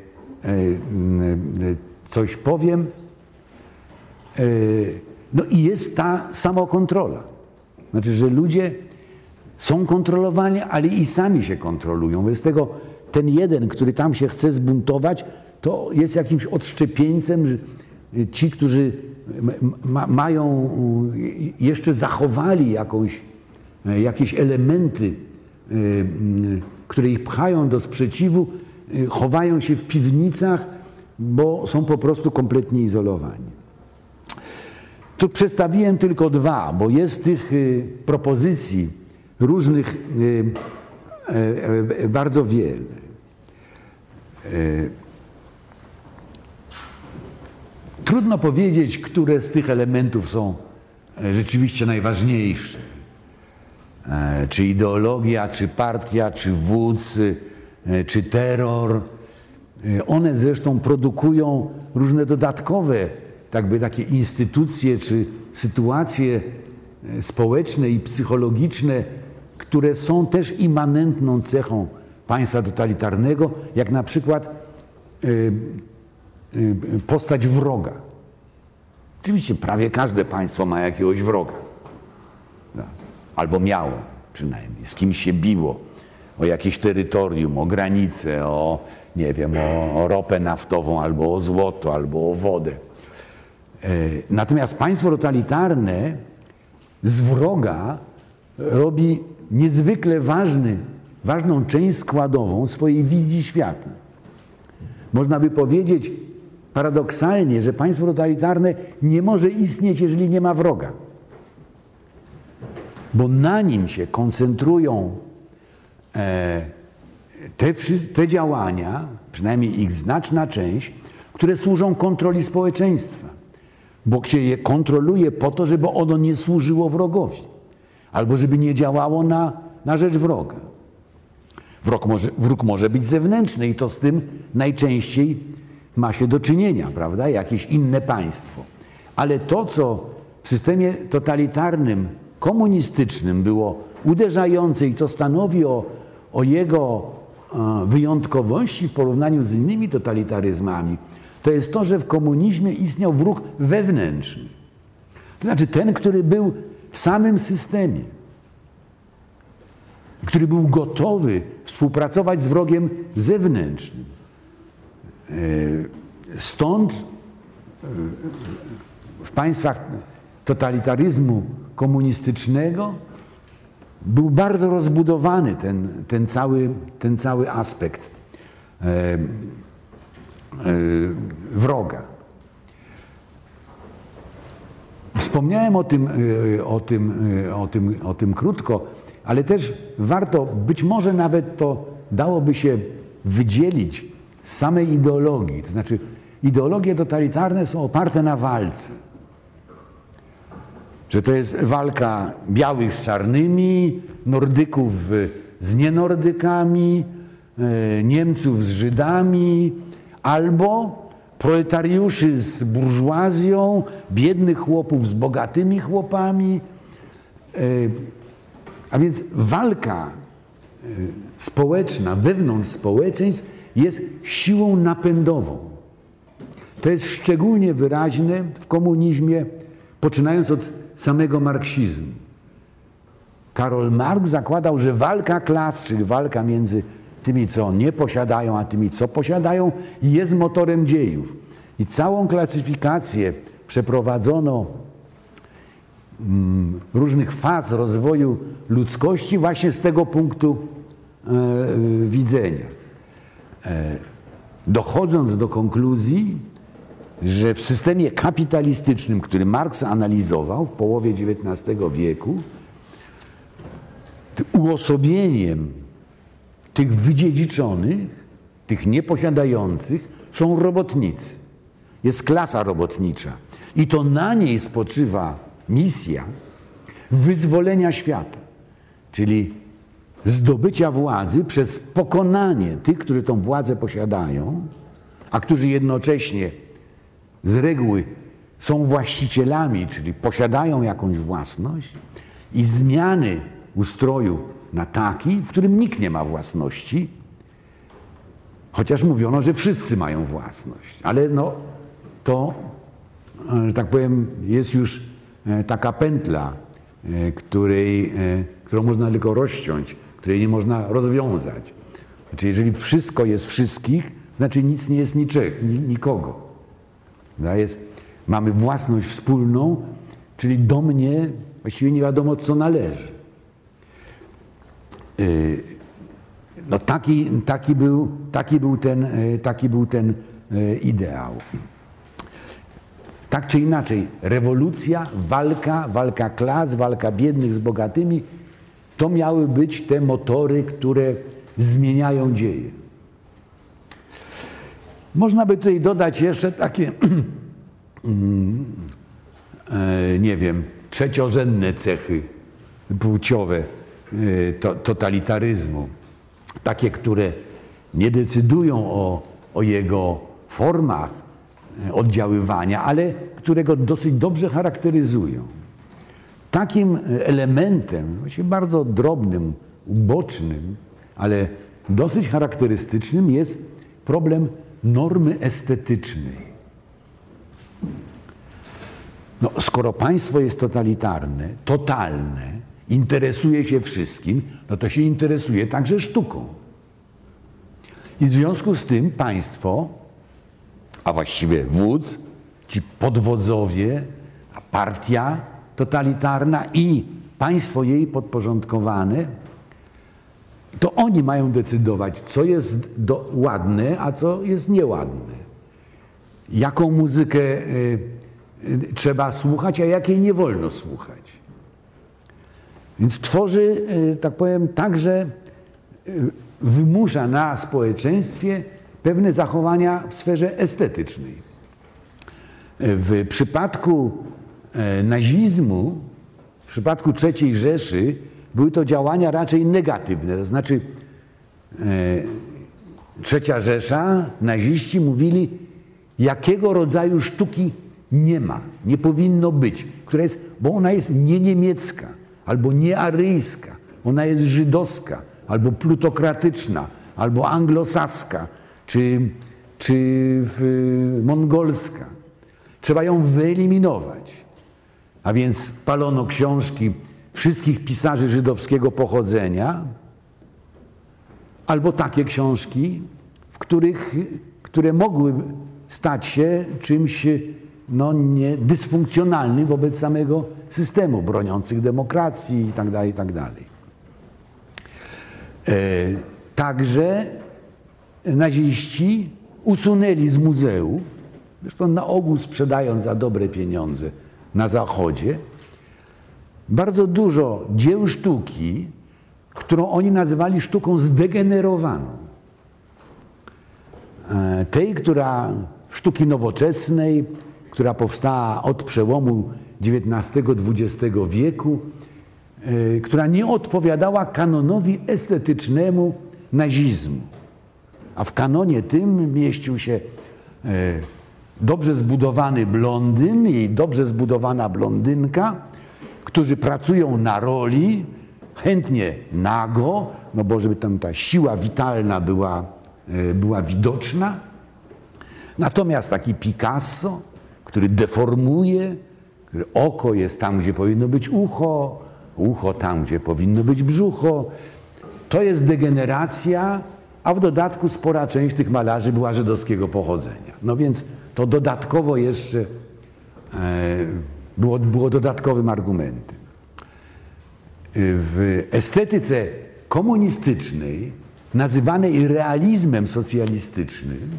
coś powiem. E, no i jest ta samokontrola. Znaczy, że ludzie są kontrolowani, ale i sami się kontrolują. Wobec tego ten jeden, który tam się chce zbuntować, to jest jakimś odszczepieńcem. Że ci, którzy ma, mają, jeszcze zachowali jakąś, jakieś elementy, które ich pchają do sprzeciwu, chowają się w piwnicach, bo są po prostu kompletnie izolowani. Tu przedstawiłem tylko dwa, bo jest tych propozycji różnych bardzo wiele. Trudno powiedzieć, które z tych elementów są rzeczywiście najważniejsze. Czy ideologia, czy partia, czy wódz, czy terror. One zresztą produkują różne dodatkowe jakby takie instytucje, czy sytuacje społeczne i psychologiczne, które są też immanentną cechą państwa totalitarnego, jak na przykład postać wroga. Oczywiście prawie każde państwo ma jakiegoś wroga. Albo miało przynajmniej. Z kim się biło. O jakieś terytorium, o granice, o, nie wiem, o, o ropę naftową, albo o złoto, albo o wodę. Natomiast państwo totalitarne z wroga robi niezwykle ważny, ważną część składową swojej wizji świata. Można by powiedzieć paradoksalnie, że państwo totalitarne nie może istnieć, jeżeli nie ma wroga. Bo na nim się koncentrują e, te, te działania, przynajmniej ich znaczna część, które służą kontroli społeczeństwa. Bo się je kontroluje po to, żeby ono nie służyło wrogowi. Albo żeby nie działało na, na rzecz wroga. Wróg może, wróg może być zewnętrzny i to z tym najczęściej ma się do czynienia, prawda? Jakieś inne państwo. Ale to, co w systemie totalitarnym, komunistycznym było uderzające i co stanowi o, o jego e, wyjątkowości w porównaniu z innymi totalitaryzmami, to jest to, że w komunizmie istniał wróg wewnętrzny. To znaczy ten, który był w samym systemie, który był gotowy współpracować z wrogiem zewnętrznym. Stąd w państwach totalitaryzmu komunistycznego był bardzo rozbudowany ten, ten, cały, ten cały aspekt e, e, wroga. Wspomniałem o tym, o, tym, o, tym, o tym krótko, ale też warto, być może nawet to dałoby się wydzielić z samej ideologii. To znaczy ideologie totalitarne są oparte na walce. Że to jest walka białych z czarnymi, Nordyków z nienordykami, Niemców z Żydami, albo proletariuszy z burżuazją, biednych chłopów z bogatymi chłopami. A więc walka społeczna, wewnątrz społeczeństw jest siłą napędową. To jest szczególnie wyraźne w komunizmie, poczynając od samego marksizmu. Karol Marx zakładał, że walka klas, czyli walka między tymi, co nie posiadają, a tymi, co posiadają, jest motorem dziejów. I całą klasyfikację przeprowadzono mm, różnych faz rozwoju ludzkości właśnie z tego punktu e, widzenia. E, dochodząc do konkluzji, że w systemie kapitalistycznym, który Marks analizował w połowie dziewiętnastego wieku, uosobieniem tych wydziedziczonych, tych nieposiadających są robotnicy. Jest klasa robotnicza. I to na niej spoczywa misja wyzwolenia świata, czyli zdobycia władzy przez pokonanie tych, którzy tą władzę posiadają, a którzy jednocześnie z reguły są właścicielami, czyli posiadają jakąś własność, i zmiany ustroju na taki, w którym nikt nie ma własności, chociaż mówiono, że wszyscy mają własność. Ale no, to, że tak powiem, jest już taka pętla, której, którą można tylko rozciąć, której nie można rozwiązać. Znaczy, jeżeli wszystko jest wszystkich, znaczy nic nie jest niczego, nikogo. Jest, mamy własność wspólną, czyli do mnie właściwie nie wiadomo, co należy. No taki, taki, był, taki, był ten, taki był ten ideał. Tak czy inaczej, rewolucja, walka, walka klas, walka biednych z bogatymi, to miały być te motory, które zmieniają dzieje. Można by tutaj dodać jeszcze takie, nie wiem, trzeciorzędne cechy płciowe totalitaryzmu. Takie, które nie decydują o, o jego formach oddziaływania, ale które go dosyć dobrze charakteryzują. Takim elementem, właściwie bardzo drobnym, ubocznym, ale dosyć charakterystycznym jest problem normy estetycznej. No, skoro państwo jest totalitarne, totalne, interesuje się wszystkim, no to się interesuje także sztuką. I w związku z tym państwo, a właściwie wódz, ci podwodzowie, a partia totalitarna i państwo jej podporządkowane, to oni mają decydować, co jest do, ładne, a co jest nieładne. Jaką muzykę y, y, trzeba słuchać, a jakiej nie wolno słuchać. Więc tworzy, y, tak powiem, także y, wymusza na społeczeństwie pewne zachowania w sferze estetycznej. W przypadku nazizmu, w przypadku trzeciej Rzeszy były to działania raczej negatywne. To znaczy trzecia Rzesza, naziści mówili, jakiego rodzaju sztuki nie ma, nie powinno być, która jest, bo ona jest nie niemiecka, albo nie aryjska, ona jest żydowska, albo plutokratyczna, albo anglosaska, czy, czy mongolska. Trzeba ją wyeliminować. a więc palono książki wszystkich pisarzy żydowskiego pochodzenia, albo takie książki, w których, które mogły stać się czymś no, nie, dysfunkcjonalnym wobec samego systemu, broniących demokracji itd., itd. E, także naziści usunęli z muzeów, zresztą na ogół sprzedając za dobre pieniądze na Zachodzie, bardzo dużo dzieł sztuki, którą oni nazywali sztuką zdegenerowaną. Tej, która sztuki nowoczesnej, która powstała od przełomu dziewiętnastego dwudziestego wieku, która nie odpowiadała kanonowi estetycznemu nazizmu. A w kanonie tym mieścił się dobrze zbudowany blondyn i dobrze zbudowana blondynka, którzy pracują na roli, chętnie nago, no bo żeby tam ta siła witalna była, była widoczna. Natomiast taki Picasso, który deformuje, który oko jest tam, gdzie powinno być ucho, ucho tam, gdzie powinno być brzucho, to jest degeneracja, a w dodatku spora część tych malarzy była żydowskiego pochodzenia. No więc to dodatkowo jeszcze było, było dodatkowym argumentem. W estetyce komunistycznej, nazywanej realizmem socjalistycznym,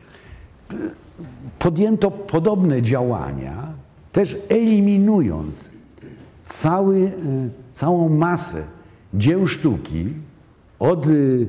podjęto podobne działania, też eliminując cały, całą masę dzieł sztuki od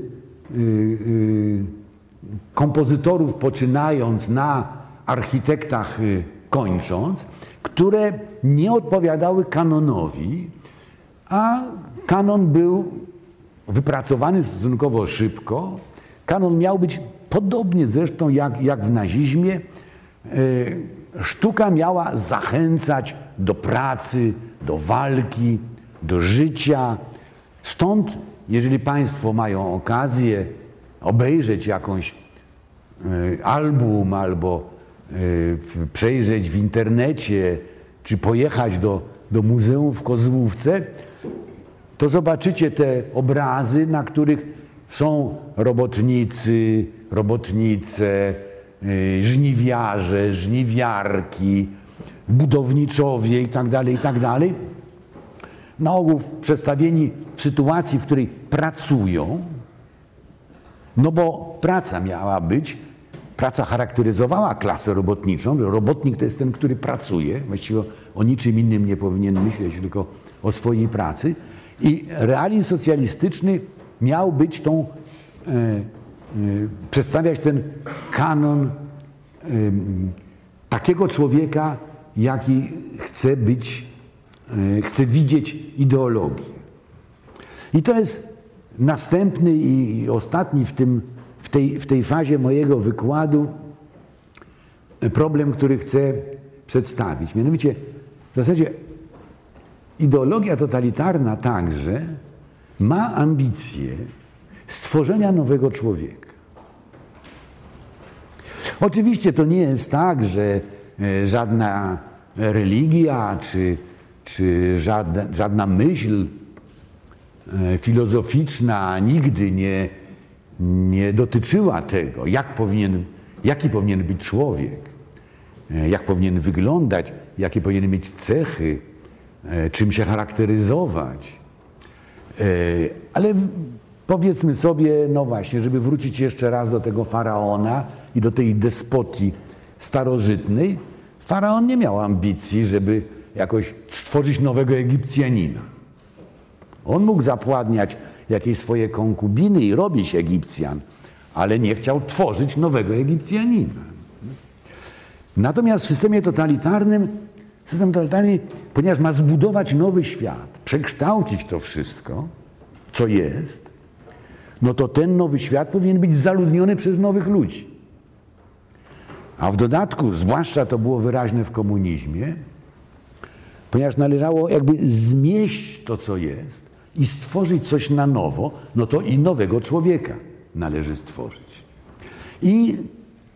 kompozytorów poczynając na architektach kończąc, które nie odpowiadały kanonowi, a kanon był wypracowany stosunkowo szybko. Kanon miał być podobnie zresztą jak, jak w nazizmie. Sztuka miała zachęcać do pracy, do walki, do życia. Stąd, jeżeli Państwo mają okazję obejrzeć jakąś album albo przejrzeć w internecie, czy pojechać do, do muzeum w Kozłówce, to zobaczycie te obrazy, na których są robotnicy, robotnice, żniwiarze, żniwiarki, budowniczowie itd., itd. Na ogół przedstawieni w sytuacji, w której pracują, no bo praca miała być, praca charakteryzowała klasę robotniczą, że robotnik to jest ten, który pracuje, właściwie o niczym innym nie powinien myśleć, tylko o swojej pracy. I realizm socjalistyczny miał być tą, e, e, przedstawiać ten kanon e, takiego człowieka, jaki chce być, e, chce widzieć ideologię. I to jest następny i ostatni w, tym, w, tej, w tej fazie mojego wykładu problem, który chcę przedstawić. Mianowicie w zasadzie ideologia totalitarna także ma ambicje stworzenia nowego człowieka. Oczywiście to nie jest tak, że żadna religia czy, czy żadna, żadna myśl filozoficzna nigdy nie, nie dotyczyła tego, jak powinien, jaki powinien być człowiek, jak powinien wyglądać, jakie powinien mieć cechy, czym się charakteryzować. Ale powiedzmy sobie, no właśnie, żeby wrócić jeszcze raz do tego faraona i do tej despotii starożytnej, faraon nie miał ambicji, żeby jakoś stworzyć nowego Egipcjanina. On mógł zapładniać jakieś swoje konkubiny i robić Egipcjan, ale nie chciał tworzyć nowego Egipcjanina. Natomiast w systemie totalitarnym, system totalitarny, ponieważ ma zbudować nowy świat, przekształcić to wszystko, co jest, no to ten nowy świat powinien być zaludniony przez nowych ludzi. A w dodatku, zwłaszcza to było wyraźne w komunizmie, ponieważ należało jakby zmieść to, co jest i stworzyć coś na nowo, no to i nowego człowieka należy stworzyć. I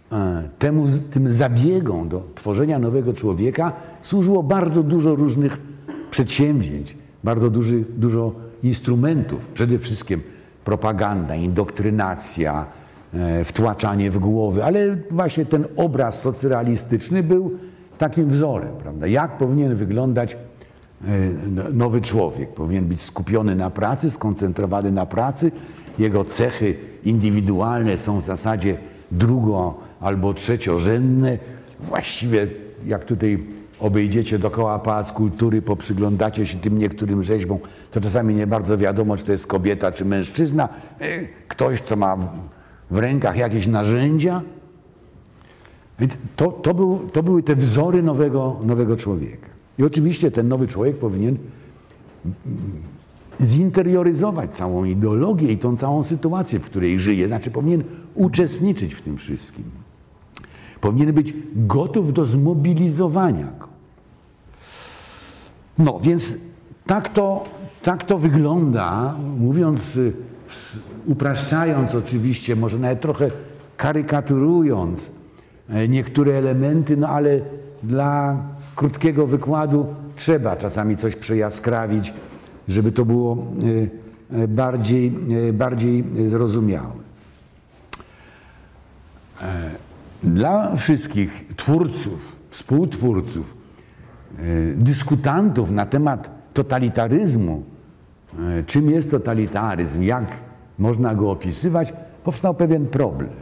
temu, tym zabiegom do tworzenia nowego człowieka służyło bardzo dużo różnych przedsięwzięć, bardzo duży, dużo instrumentów, przede wszystkim propaganda, indoktrynacja, wtłaczanie w głowy, ale właśnie ten obraz socrealistyczny był takim wzorem, prawda? Jak powinien wyglądać nowy człowiek? Powinien być skupiony na pracy, skoncentrowany na pracy. Jego cechy indywidualne są w zasadzie drugo- albo trzeciorzędne. Właściwie, jak tutaj obejdziecie dookoła Pałac Kultury, poprzyglądacie się tym niektórym rzeźbom, to czasami nie bardzo wiadomo, czy to jest kobieta, czy mężczyzna. Ktoś, co ma w rękach jakieś narzędzia. Więc to, to, był, to były te wzory nowego, nowego człowieka. I oczywiście ten nowy człowiek powinien zinterioryzować całą ideologię i tą całą sytuację, w której żyje. Znaczy powinien uczestniczyć w tym wszystkim. Powinien być gotów do zmobilizowania go. No więc tak to, tak to wygląda, mówiąc, upraszczając oczywiście, może nawet trochę karykaturując niektóre elementy, no ale dla krótkiego wykładu trzeba czasami coś przejaskrawić, żeby to było bardziej, bardziej zrozumiałe. Dla wszystkich twórców, współtwórców, dyskutantów na temat totalitaryzmu, czym jest totalitaryzm, jak można go opisywać, powstał pewien problem.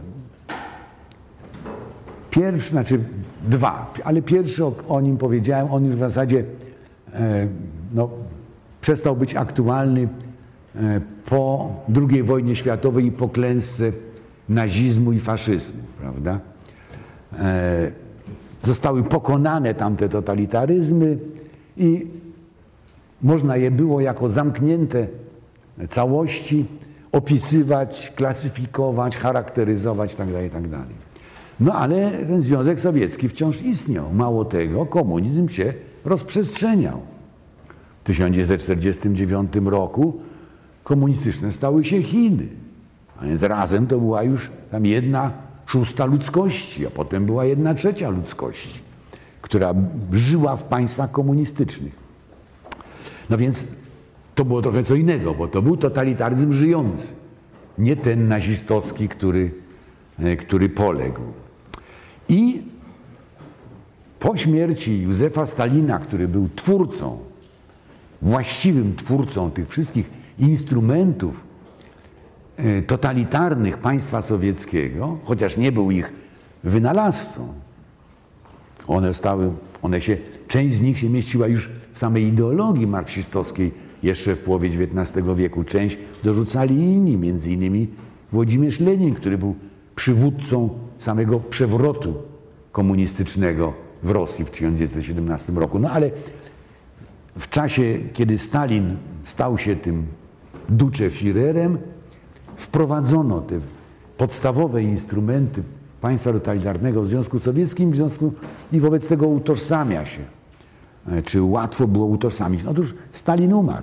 Pierwszy, znaczy dwa, ale pierwszy o, o nim powiedziałem, on już w zasadzie e, no, przestał być aktualny e, po drugiej wojnie światowej i po klęsce nazizmu i faszyzmu, prawda? E, zostały pokonane tamte totalitaryzmy i można je było jako zamknięte całości opisywać, klasyfikować, charakteryzować itd., itd. No ale ten Związek Sowiecki wciąż istniał. Mało tego, komunizm się rozprzestrzeniał. W tysiąc dziewięćset czterdziestym dziewiątym roku komunistyczne stały się Chiny. A więc razem to była już tam jedna szósta ludzkości, a potem była jedna trzecia ludzkości, która żyła w państwach komunistycznych. No więc to było trochę co innego, bo to był totalitaryzm żyjący. Nie ten nazistowski, który, który poległ. I po śmierci Józefa Stalina, który był twórcą, właściwym twórcą tych wszystkich instrumentów totalitarnych państwa sowieckiego, chociaż nie był ich wynalazcą, one stały, one się, część z nich się mieściła już w samej ideologii marksistowskiej jeszcze w połowie dziewiętnastego wieku. Część dorzucali inni, między innymi Włodzimierz Lenin, który był przywódcą samego przewrotu komunistycznego w Rosji w tysiąc dziewięćset siedemnastym roku. No ale w czasie, kiedy Stalin stał się tym Duce Führerem, wprowadzono te podstawowe instrumenty państwa totalitarnego w Związku Sowieckim w związku, i wobec tego utożsamia się. Czy łatwo było utożsamić? Otóż Stalin umarł.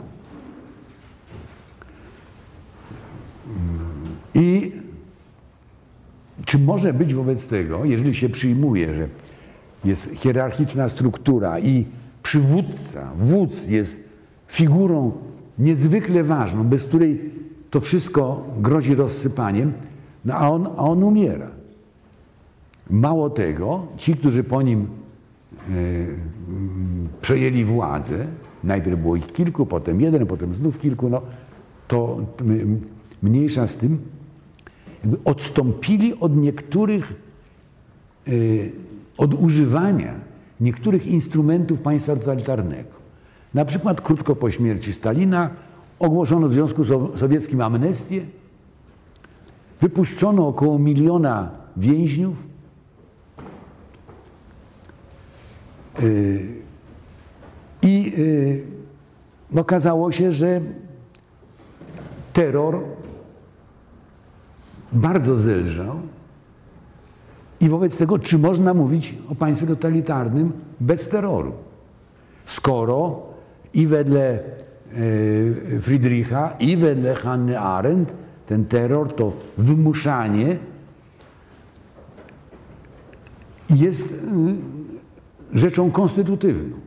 I czy może być wobec tego, jeżeli się przyjmuje, że jest hierarchiczna struktura i przywódca, wódz jest figurą niezwykle ważną, bez której to wszystko grozi rozsypaniem, no a on, a on umiera. Mało tego, ci, którzy po nim e, przejęli władzę, najpierw było ich kilku, potem jeden, potem znów kilku, no to m, mniejsza z tym, jakby odstąpili od niektórych, e, od używania niektórych instrumentów państwa totalitarnego. Na przykład krótko po śmierci Stalina ogłoszono w Związku Sowieckim amnestię, wypuszczono około miliona więźniów. I okazało się, że terror bardzo zelżał i wobec tego, czy można mówić o państwie totalitarnym bez terroru, skoro i wedle Friedricha, i wedle Hanny Arendt ten terror to wymuszanie jest rzeczą konstytutywną.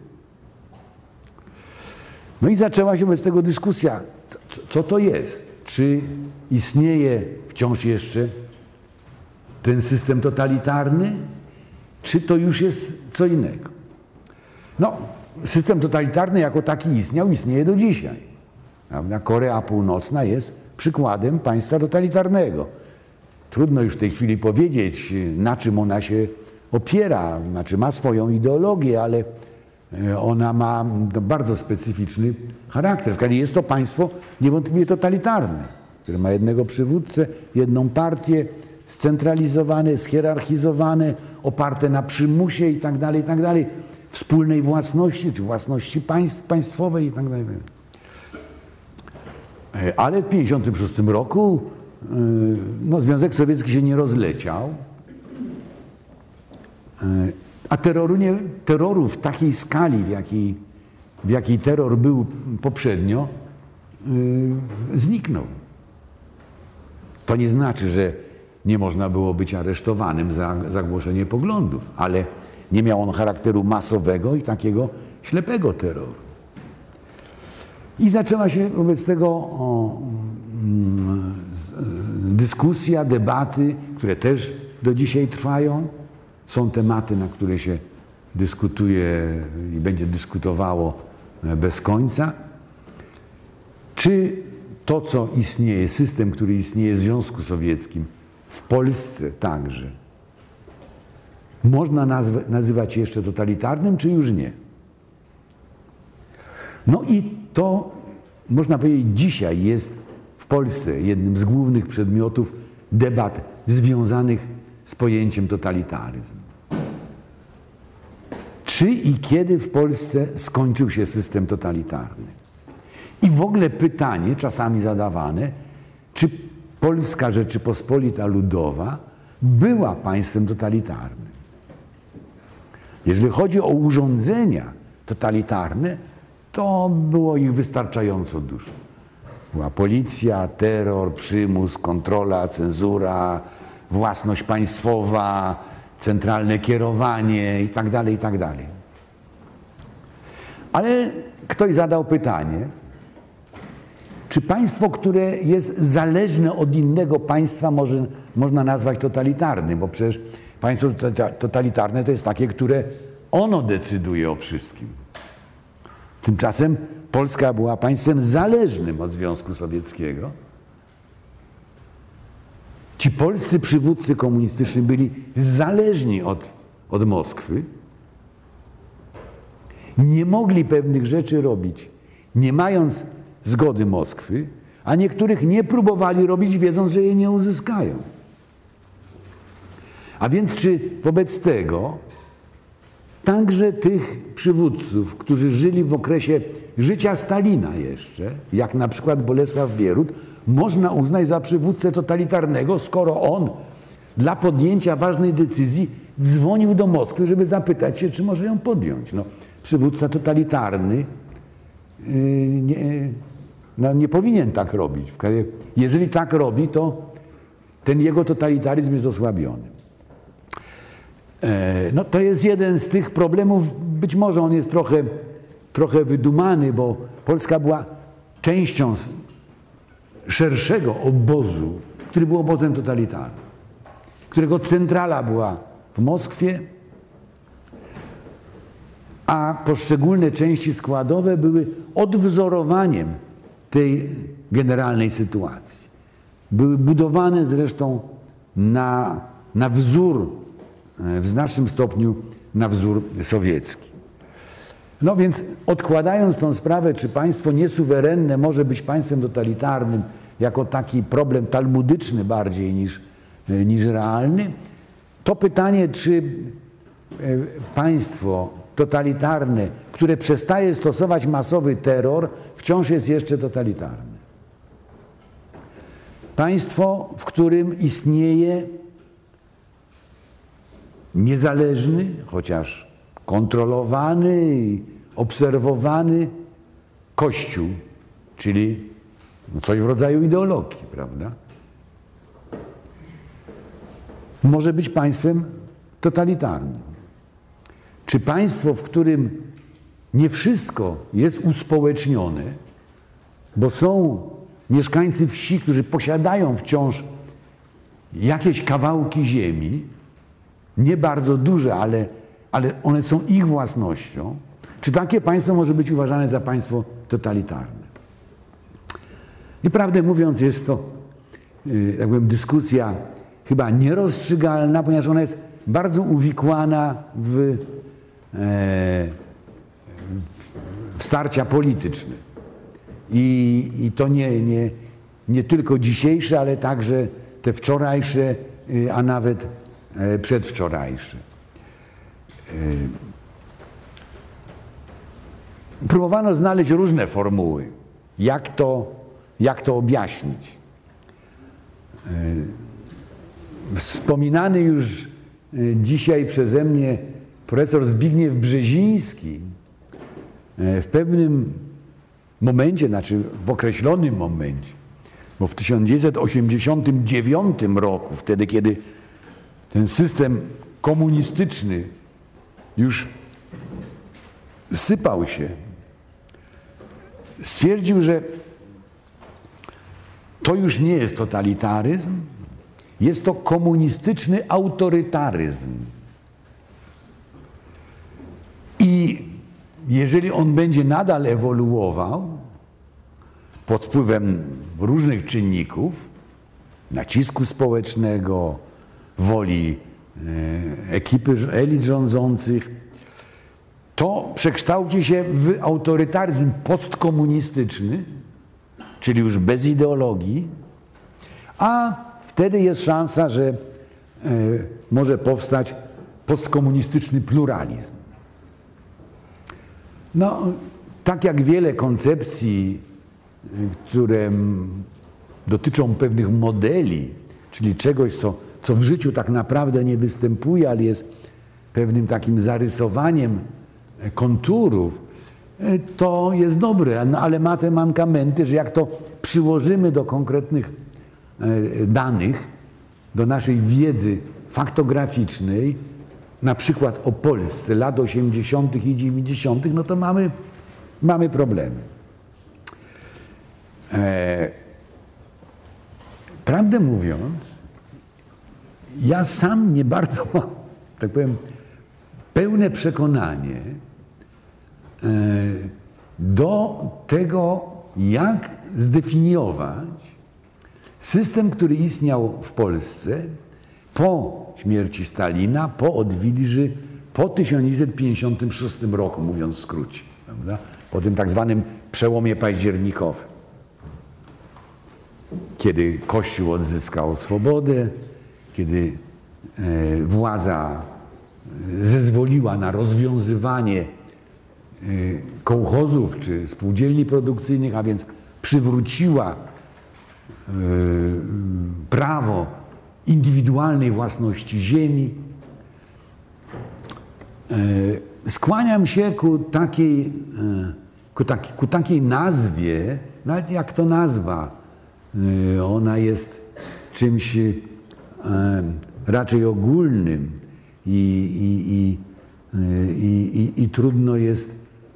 No i zaczęła się wobec tego dyskusja, co to jest? Czy istnieje wciąż jeszcze ten system totalitarny, czy to już jest co innego? No, system totalitarny jako taki istniał, istnieje do dzisiaj. Prawda? Korea Północna jest przykładem państwa totalitarnego. Trudno już w tej chwili powiedzieć, na czym ona się opiera, znaczy ma swoją ideologię, ale ona ma bardzo specyficzny charakter. W jest to państwo niewątpliwie totalitarne, które ma jednego przywódcę, jedną partię, scentralizowane, schierarchizowane, oparte na przymusie i tak dalej, i tak dalej, wspólnej własności, czy własności państw, państwowej i tak dalej. Ale w tysiąc dziewięćset pięćdziesiątym szóstym roku no, Związek Sowiecki się nie rozleciał, a terroru, nie, terroru w takiej skali, w jakiej, w jakiej terror był poprzednio, yy, zniknął. To nie znaczy, że nie można było być aresztowanym za, za głoszenie poglądów, ale nie miał on charakteru masowego i takiego ślepego terroru. I zaczęła się wobec tego o, mm, dyskusja, debaty, które też do dzisiaj trwają. Są tematy, na które się dyskutuje i będzie dyskutowało bez końca. Czy to, co istnieje, system, który istnieje w Związku Sowieckim, w Polsce także, można nazw- nazywać jeszcze totalitarnym, czy już nie? No i to, można powiedzieć, dzisiaj jest w Polsce jednym z głównych przedmiotów debat związanych z pojęciem totalitaryzm. Czy i kiedy w Polsce skończył się system totalitarny? I w ogóle pytanie, czasami zadawane, czy Polska Rzeczypospolita Ludowa była państwem totalitarnym? Jeżeli chodzi o urządzenia totalitarne, to było ich wystarczająco dużo. Była policja, terror, przymus, kontrola, cenzura, własność państwowa, centralne kierowanie i tak dalej, i tak dalej. Ale ktoś zadał pytanie, czy państwo, które jest zależne od innego państwa, może, można nazwać totalitarnym, bo przecież państwo totalitarne to jest takie, które ono decyduje o wszystkim. Tymczasem Polska była państwem zależnym od Związku Sowieckiego. Ci polscy przywódcy komunistyczni byli zależni od, od Moskwy. Nie mogli pewnych rzeczy robić, nie mając zgody Moskwy, a niektórych nie próbowali robić, wiedząc, że je nie uzyskają. A więc czy wobec tego także tych przywódców, którzy żyli w okresie życia Stalina jeszcze, jak na przykład Bolesław Bierut, można uznać za przywódcę totalitarnego, skoro on dla podjęcia ważnej decyzji dzwonił do Moskwy, żeby zapytać się, czy może ją podjąć. No, przywódca totalitarny yy, nie, no, nie powinien tak robić. Jeżeli tak robi, to ten jego totalitaryzm jest osłabiony. No to jest jeden z tych problemów, być może on jest trochę, trochę wydumany, bo Polska była częścią szerszego obozu, który był obozem totalitarnym, którego centrala była w Moskwie, a poszczególne części składowe były odwzorowaniem tej generalnej sytuacji. Były budowane zresztą na, na wzór, w znacznym stopniu na wzór sowiecki. No więc odkładając tą sprawę, czy państwo niesuwerenne może być państwem totalitarnym, jako taki problem talmudyczny bardziej niż, niż realny, to pytanie, czy państwo totalitarne, które przestaje stosować masowy terror, wciąż jest jeszcze totalitarne. Państwo, w którym istnieje niezależny, chociaż kontrolowany i obserwowany Kościół, czyli no coś w rodzaju ideologii, prawda? Może być państwem totalitarnym. Czy państwo, w którym nie wszystko jest uspołecznione, bo są mieszkańcy wsi, którzy posiadają wciąż jakieś kawałki ziemi, nie bardzo duże, ale, ale one są ich własnością, czy takie państwo może być uważane za państwo totalitarne? I prawdę mówiąc, jest to jak powiem, dyskusja chyba nierozstrzygalna, ponieważ ona jest bardzo uwikłana w, e, w starcia polityczne. I, i to nie, nie, nie tylko dzisiejsze, ale także te wczorajsze, a nawet przedwczorajsze. Próbowano znaleźć różne formuły, jak to, jak to objaśnić. Wspominany już dzisiaj przeze mnie profesor Zbigniew Brzeziński w pewnym momencie, znaczy w określonym momencie, bo w tysiąc dziewięćset osiemdziesiątym dziewiątym roku, wtedy kiedy ten system komunistyczny już sypał się, stwierdził, że to już nie jest totalitaryzm, jest to komunistyczny autorytaryzm. I jeżeli on będzie nadal ewoluował pod wpływem różnych czynników, nacisku społecznego, woli e, ekipy, elit rządzących, to przekształci się w autorytaryzm postkomunistyczny, czyli już bez ideologii, a wtedy jest szansa, że e, może powstać postkomunistyczny pluralizm. No, tak jak wiele koncepcji, które dotyczą pewnych modeli, czyli czegoś, co, co w życiu tak naprawdę nie występuje, ale jest pewnym takim zarysowaniem konturów, to jest dobre, no, ale ma te mankamenty, że jak to przyłożymy do konkretnych danych, do naszej wiedzy faktograficznej, na przykład o Polsce lat osiemdziesiątych i dziewięćdziesiątych, no to mamy, mamy problemy. E, prawdę mówiąc, ja sam nie bardzo mam, tak powiem, pełne przekonanie e, do tego, jak zdefiniować system, który istniał w Polsce po śmierci Stalina, po odwilży, po tysiąc dziewięćset pięćdziesiątym szóstym roku, mówiąc w skrócie, prawda? Po tym tak zwanym przełomie październikowym, kiedy Kościół odzyskał swobodę, kiedy e, władza zezwoliła na rozwiązywanie e, kołchozów czy spółdzielni produkcyjnych, a więc przywróciła e, prawo indywidualnej własności ziemi. Skłaniam się ku takiej, ku, taki, ku takiej nazwie, nawet jak to nazwa, ona jest czymś raczej ogólnym i, i, i, i, i, i trudno jest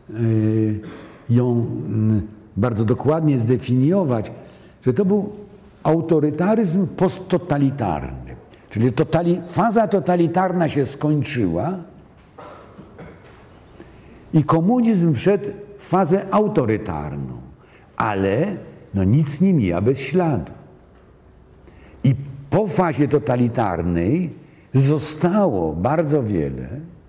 ją bardzo dokładnie zdefiniować, że to był autorytaryzm posttotalitarny. Czyli totali, faza totalitarna się skończyła i komunizm wszedł w fazę autorytarną, ale no nic nie mija bez śladu. I po fazie totalitarnej zostało bardzo wiele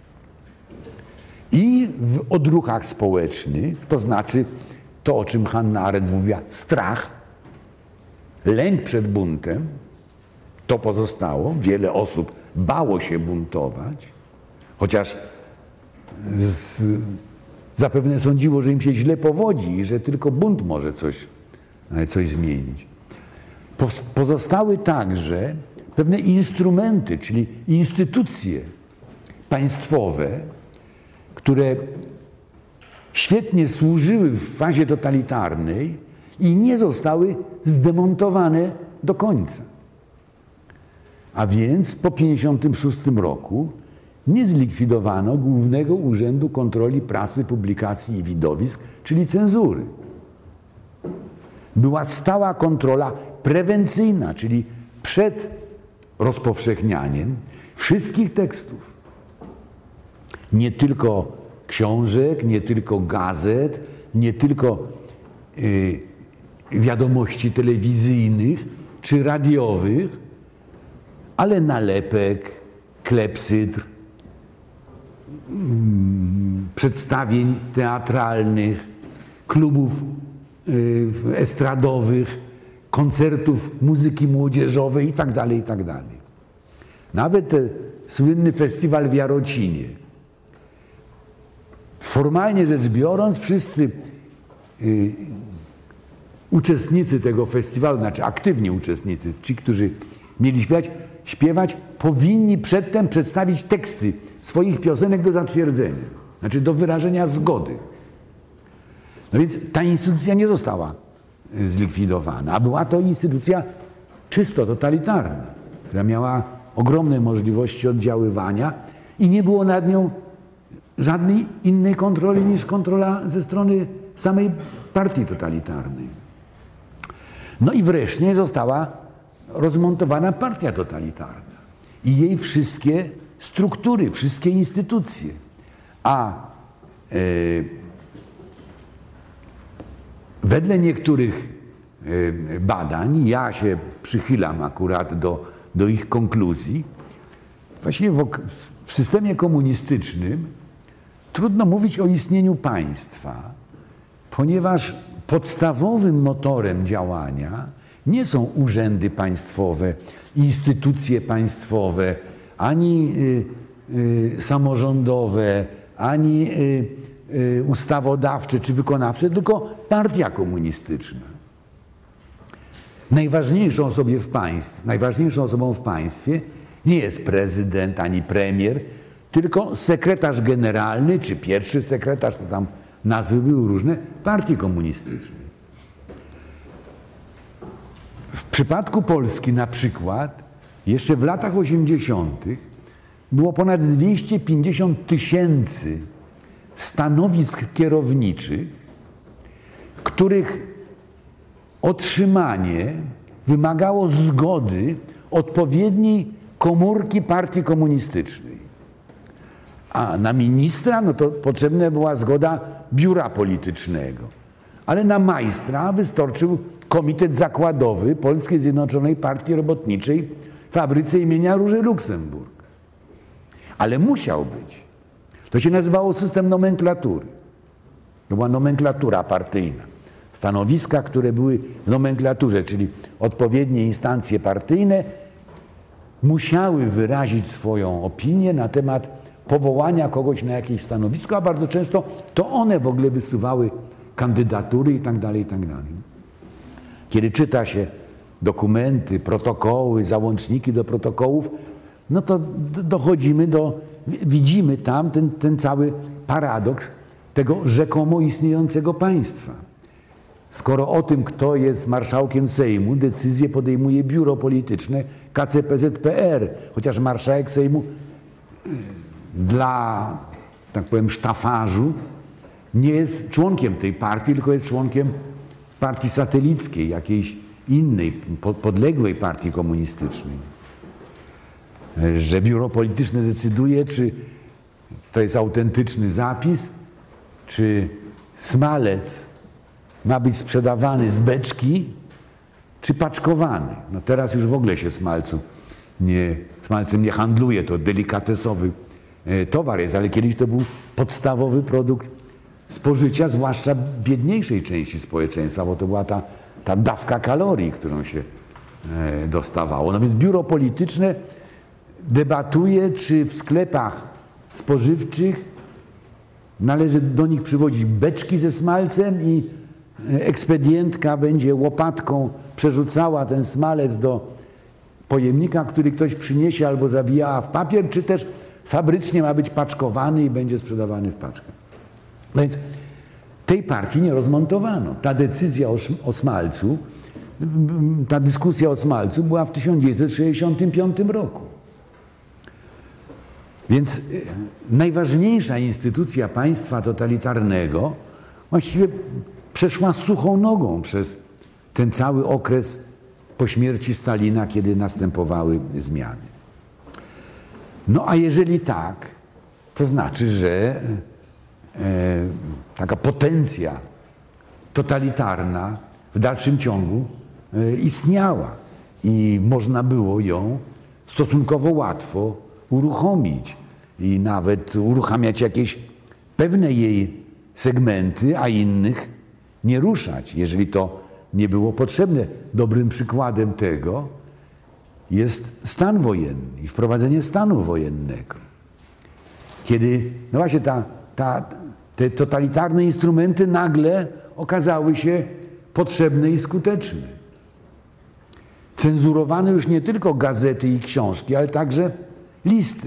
i w odruchach społecznych, to znaczy to, o czym Hannah Arendt mówiła, strach, lęk przed buntem, to pozostało. Wiele osób bało się buntować, chociaż z, zapewne sądziło, że im się źle powodzi i że tylko bunt może coś, coś zmienić. Pozostały także pewne instrumenty, czyli instytucje państwowe, które świetnie służyły w fazie totalitarnej i nie zostały zdemontowane do końca. A więc po tysiąc dziewięćset pięćdziesiątym szóstym roku nie zlikwidowano Głównego Urzędu Kontroli Prasy, Publikacji i Widowisk, czyli cenzury. Była stała kontrola prewencyjna, czyli przed rozpowszechnianiem wszystkich tekstów. Nie tylko książek, nie tylko gazet, nie tylko y, wiadomości telewizyjnych czy radiowych, ale nalepek, klepsydr, mm, przedstawień teatralnych, klubów y, estradowych, koncertów muzyki młodzieżowej itd., itd. Nawet ten słynny festiwal w Jarocinie. Formalnie rzecz biorąc, wszyscy y, uczestnicy tego festiwalu, znaczy aktywni uczestnicy, ci, którzy mieli śpiewać, śpiewać, powinni przedtem przedstawić teksty swoich piosenek do zatwierdzenia, znaczy do wyrażenia zgody. No więc ta instytucja nie została zlikwidowana, a była to instytucja czysto totalitarna, która miała ogromne możliwości oddziaływania i nie było nad nią żadnej innej kontroli niż kontrola ze strony samej partii totalitarnej. No i wreszcie została rozmontowana partia totalitarna i jej wszystkie struktury, wszystkie instytucje. A e, wedle niektórych e, badań, ja się przychylam akurat do, do ich konkluzji, właściwie w, w systemie komunistycznym trudno mówić o istnieniu państwa, ponieważ podstawowym motorem działania nie są urzędy państwowe, instytucje państwowe, ani y, y, samorządowe, ani y, y, ustawodawcze czy wykonawcze, tylko partia komunistyczna. Najważniejszą osobą w państwie, najważniejszą osobą w państwie nie jest prezydent ani premier, tylko sekretarz generalny, czy pierwszy sekretarz, to tam nazwy były różne, partii komunistycznej. W przypadku Polski na przykład, jeszcze w latach osiemdziesiątych było ponad dwieście pięćdziesiąt tysięcy stanowisk kierowniczych, których otrzymanie wymagało zgody odpowiedniej komórki partii komunistycznej. A na ministra no to potrzebna była zgoda biura politycznego. Ale na majstra wystarczył komitet zakładowy Polskiej Zjednoczonej Partii Robotniczej w fabryce imienia Róży Luksemburg. Ale musiał być. To się nazywało system nomenklatury. To była nomenklatura partyjna. Stanowiska, które były w nomenklaturze, czyli odpowiednie instancje partyjne, musiały wyrazić swoją opinię na temat powołania kogoś na jakieś stanowisko, a bardzo często to one w ogóle wysuwały kandydatury i tak dalej, i tak dalej. Kiedy czyta się dokumenty, protokoły, załączniki do protokołów, no to dochodzimy do, widzimy tam ten, ten cały paradoks tego rzekomo istniejącego państwa. Skoro o tym, kto jest marszałkiem Sejmu, decyzję podejmuje biuro polityczne K C P Z P R, chociaż marszałek Sejmu dla, tak powiem, sztafarzu nie jest członkiem tej partii, tylko jest członkiem partii satelickiej, jakiejś innej, podległej partii komunistycznej. Że biuro polityczne decyduje, czy to jest autentyczny zapis, czy smalec ma być sprzedawany z beczki, czy paczkowany. No teraz już w ogóle się smalcu nie, smalcem nie handluje, to delikatesowy towar jest, ale kiedyś to był podstawowy produkt spożycia, zwłaszcza biedniejszej części społeczeństwa, bo to była ta, ta dawka kalorii, którą się dostawało. No więc biuro polityczne debatuje, czy w sklepach spożywczych należy do nich przywozić beczki ze smalcem i ekspedientka będzie łopatką przerzucała ten smalec do pojemnika, który ktoś przyniesie albo zawijała w papier, czy też fabrycznie ma być paczkowany i będzie sprzedawany w paczkach. Więc tej partii nie rozmontowano. Ta decyzja o, o smalcu, ta dyskusja o smalcu była w tysiąc dziewięćset sześćdziesiątym piątym roku. Więc najważniejsza instytucja państwa totalitarnego właściwie przeszła suchą nogą przez ten cały okres po śmierci Stalina, kiedy następowały zmiany. No a jeżeli tak, to znaczy, że e, taka potencja totalitarna w dalszym ciągu e, istniała i można było ją stosunkowo łatwo uruchomić i nawet uruchamiać jakieś pewne jej segmenty, a innych nie ruszać, jeżeli to nie było potrzebne. Dobrym przykładem tego jest stan wojenny i wprowadzenie stanu wojennego. Kiedy, no właśnie, ta, ta, te totalitarne instrumenty nagle okazały się potrzebne i skuteczne. Cenzurowano już nie tylko gazety i książki, ale także listy.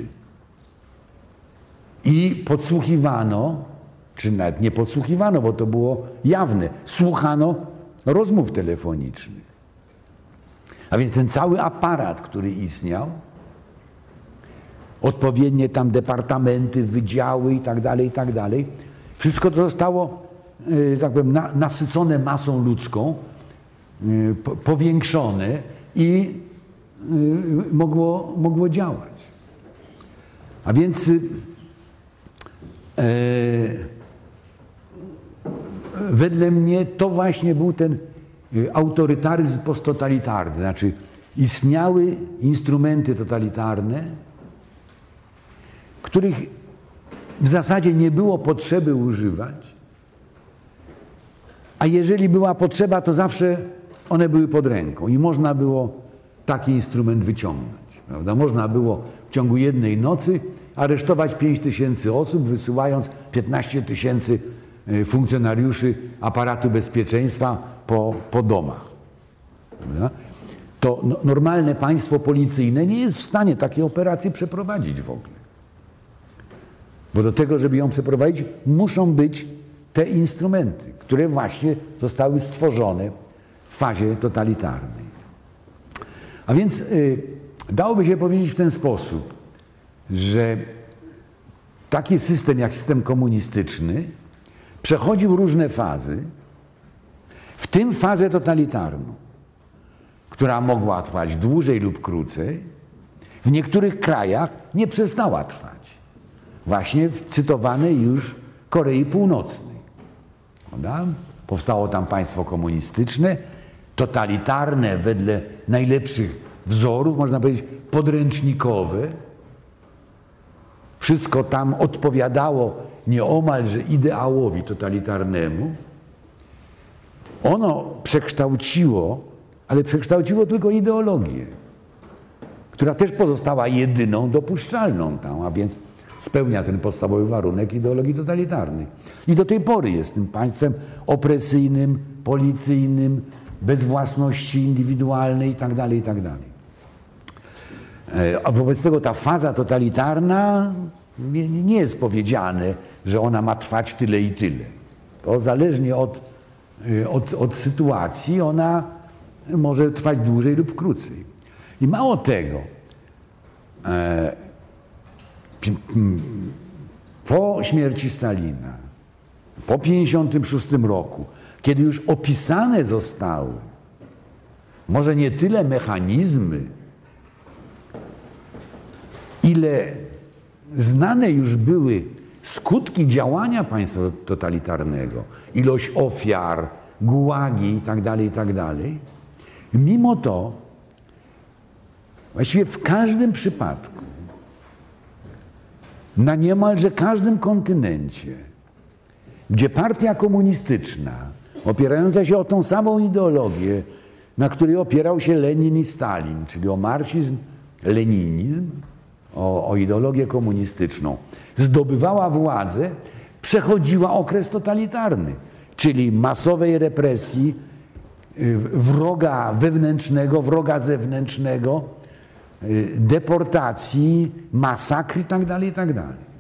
I podsłuchiwano, czy nawet nie podsłuchiwano, bo to było jawne, słuchano rozmów telefonicznych. A więc ten cały aparat, który istniał, odpowiednie tam departamenty, wydziały i tak dalej, i tak dalej, wszystko to zostało, tak powiem, na, nasycone masą ludzką, po, powiększone i mogło, mogło działać. A więc e, wedle mnie to właśnie był ten autorytaryzm posttotalitarny. Znaczy istniały instrumenty totalitarne, których w zasadzie nie było potrzeby używać, a jeżeli była potrzeba, to zawsze one były pod ręką i można było taki instrument wyciągnąć. Prawda? Można było w ciągu jednej nocy aresztować pięć tysięcy osób, wysyłając piętnaście tysięcy funkcjonariuszy aparatu bezpieczeństwa po, po domach. Prawda? To no, normalne państwo policyjne nie jest w stanie takiej operacji przeprowadzić w ogóle. Bo do tego, żeby ją przeprowadzić, muszą być te instrumenty, które właśnie zostały stworzone w fazie totalitarnej. A więc y, dałoby się powiedzieć w ten sposób, że taki system jak system komunistyczny przechodził różne fazy, w tym fazę totalitarną, która mogła trwać dłużej lub krócej, w niektórych krajach nie przestała trwać. Właśnie w cytowanej już Korei Północnej. Prawda? Powstało tam państwo komunistyczne, totalitarne wedle najlepszych wzorów, można powiedzieć podręcznikowe. Wszystko tam odpowiadało nieomalże ideałowi totalitarnemu. Ono przekształciło, ale przekształciło tylko ideologię, która też pozostała jedyną dopuszczalną tam, a więc spełnia ten podstawowy warunek ideologii totalitarnej. I do tej pory jest tym państwem opresyjnym, policyjnym, bez własności indywidualnej itd., itd. A wobec tego ta faza totalitarna nie, nie jest powiedziane, że ona ma trwać tyle i tyle. To zależnie od, od, od sytuacji ona może trwać dłużej lub krócej. I mało tego, e, po śmierci Stalina, po pięćdziesiątym szóstym roku, kiedy już opisane zostały może nie tyle mechanizmy, ile znane już były skutki działania państwa totalitarnego, ilość ofiar, gułagi itd., itd., mimo to właściwie w każdym przypadku, na niemalże każdym kontynencie, gdzie partia komunistyczna, opierająca się o tą samą ideologię, na której opierał się Lenin i Stalin, czyli o marksizm, leninizm, o, o ideologię komunistyczną, zdobywała władzę, przechodziła okres totalitarny, czyli masowej represji, wroga wewnętrznego, wroga zewnętrznego, deportacji, masakr itd., itd.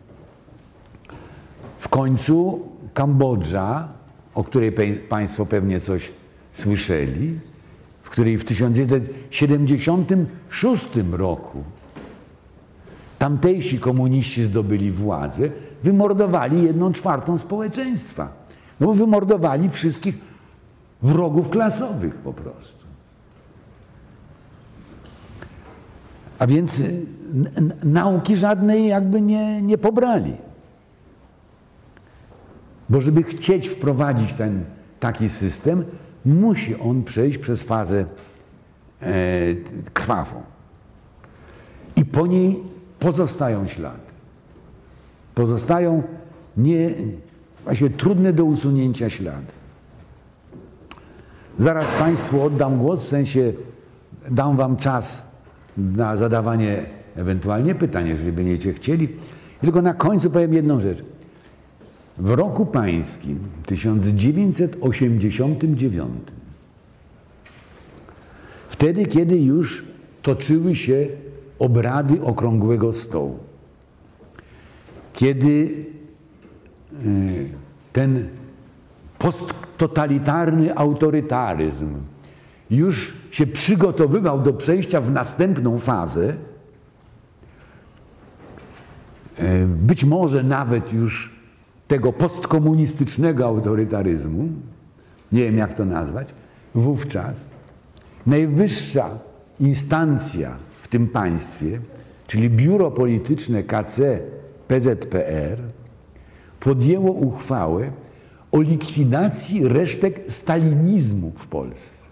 W końcu Kambodża, o której Państwo pewnie coś słyszeli, w której w tysiąc dziewięćset siedemdziesiątym szóstym roku tamtejsi komuniści zdobyli władzę, wymordowali jedną czwartą społeczeństwa. No bo wymordowali wszystkich wrogów klasowych po prostu. A więc nauki żadnej jakby nie, nie pobrali. Bo żeby chcieć wprowadzić ten taki system, musi on przejść przez fazę e, krwawą. I po niej pozostają ślady. Pozostają nie, właśnie trudne do usunięcia ślady. Zaraz Państwu oddam głos, w sensie dam Wam czas na zadawanie ewentualnie pytań, jeżeli będziecie chcieli. Tylko na końcu powiem jedną rzecz. W roku pańskim tysiąc dziewięćset osiemdziesiątym dziewiątym, wtedy, kiedy już toczyły się obrady Okrągłego Stołu, kiedy ten posttotalitarny autorytaryzm już się przygotowywał do przejścia w następną fazę, być może nawet już tego postkomunistycznego autorytaryzmu, nie wiem jak to nazwać, wówczas najwyższa instancja w tym państwie, czyli Biuro Polityczne K C P Z P R, podjęło uchwałę o likwidacji resztek stalinizmu w Polsce.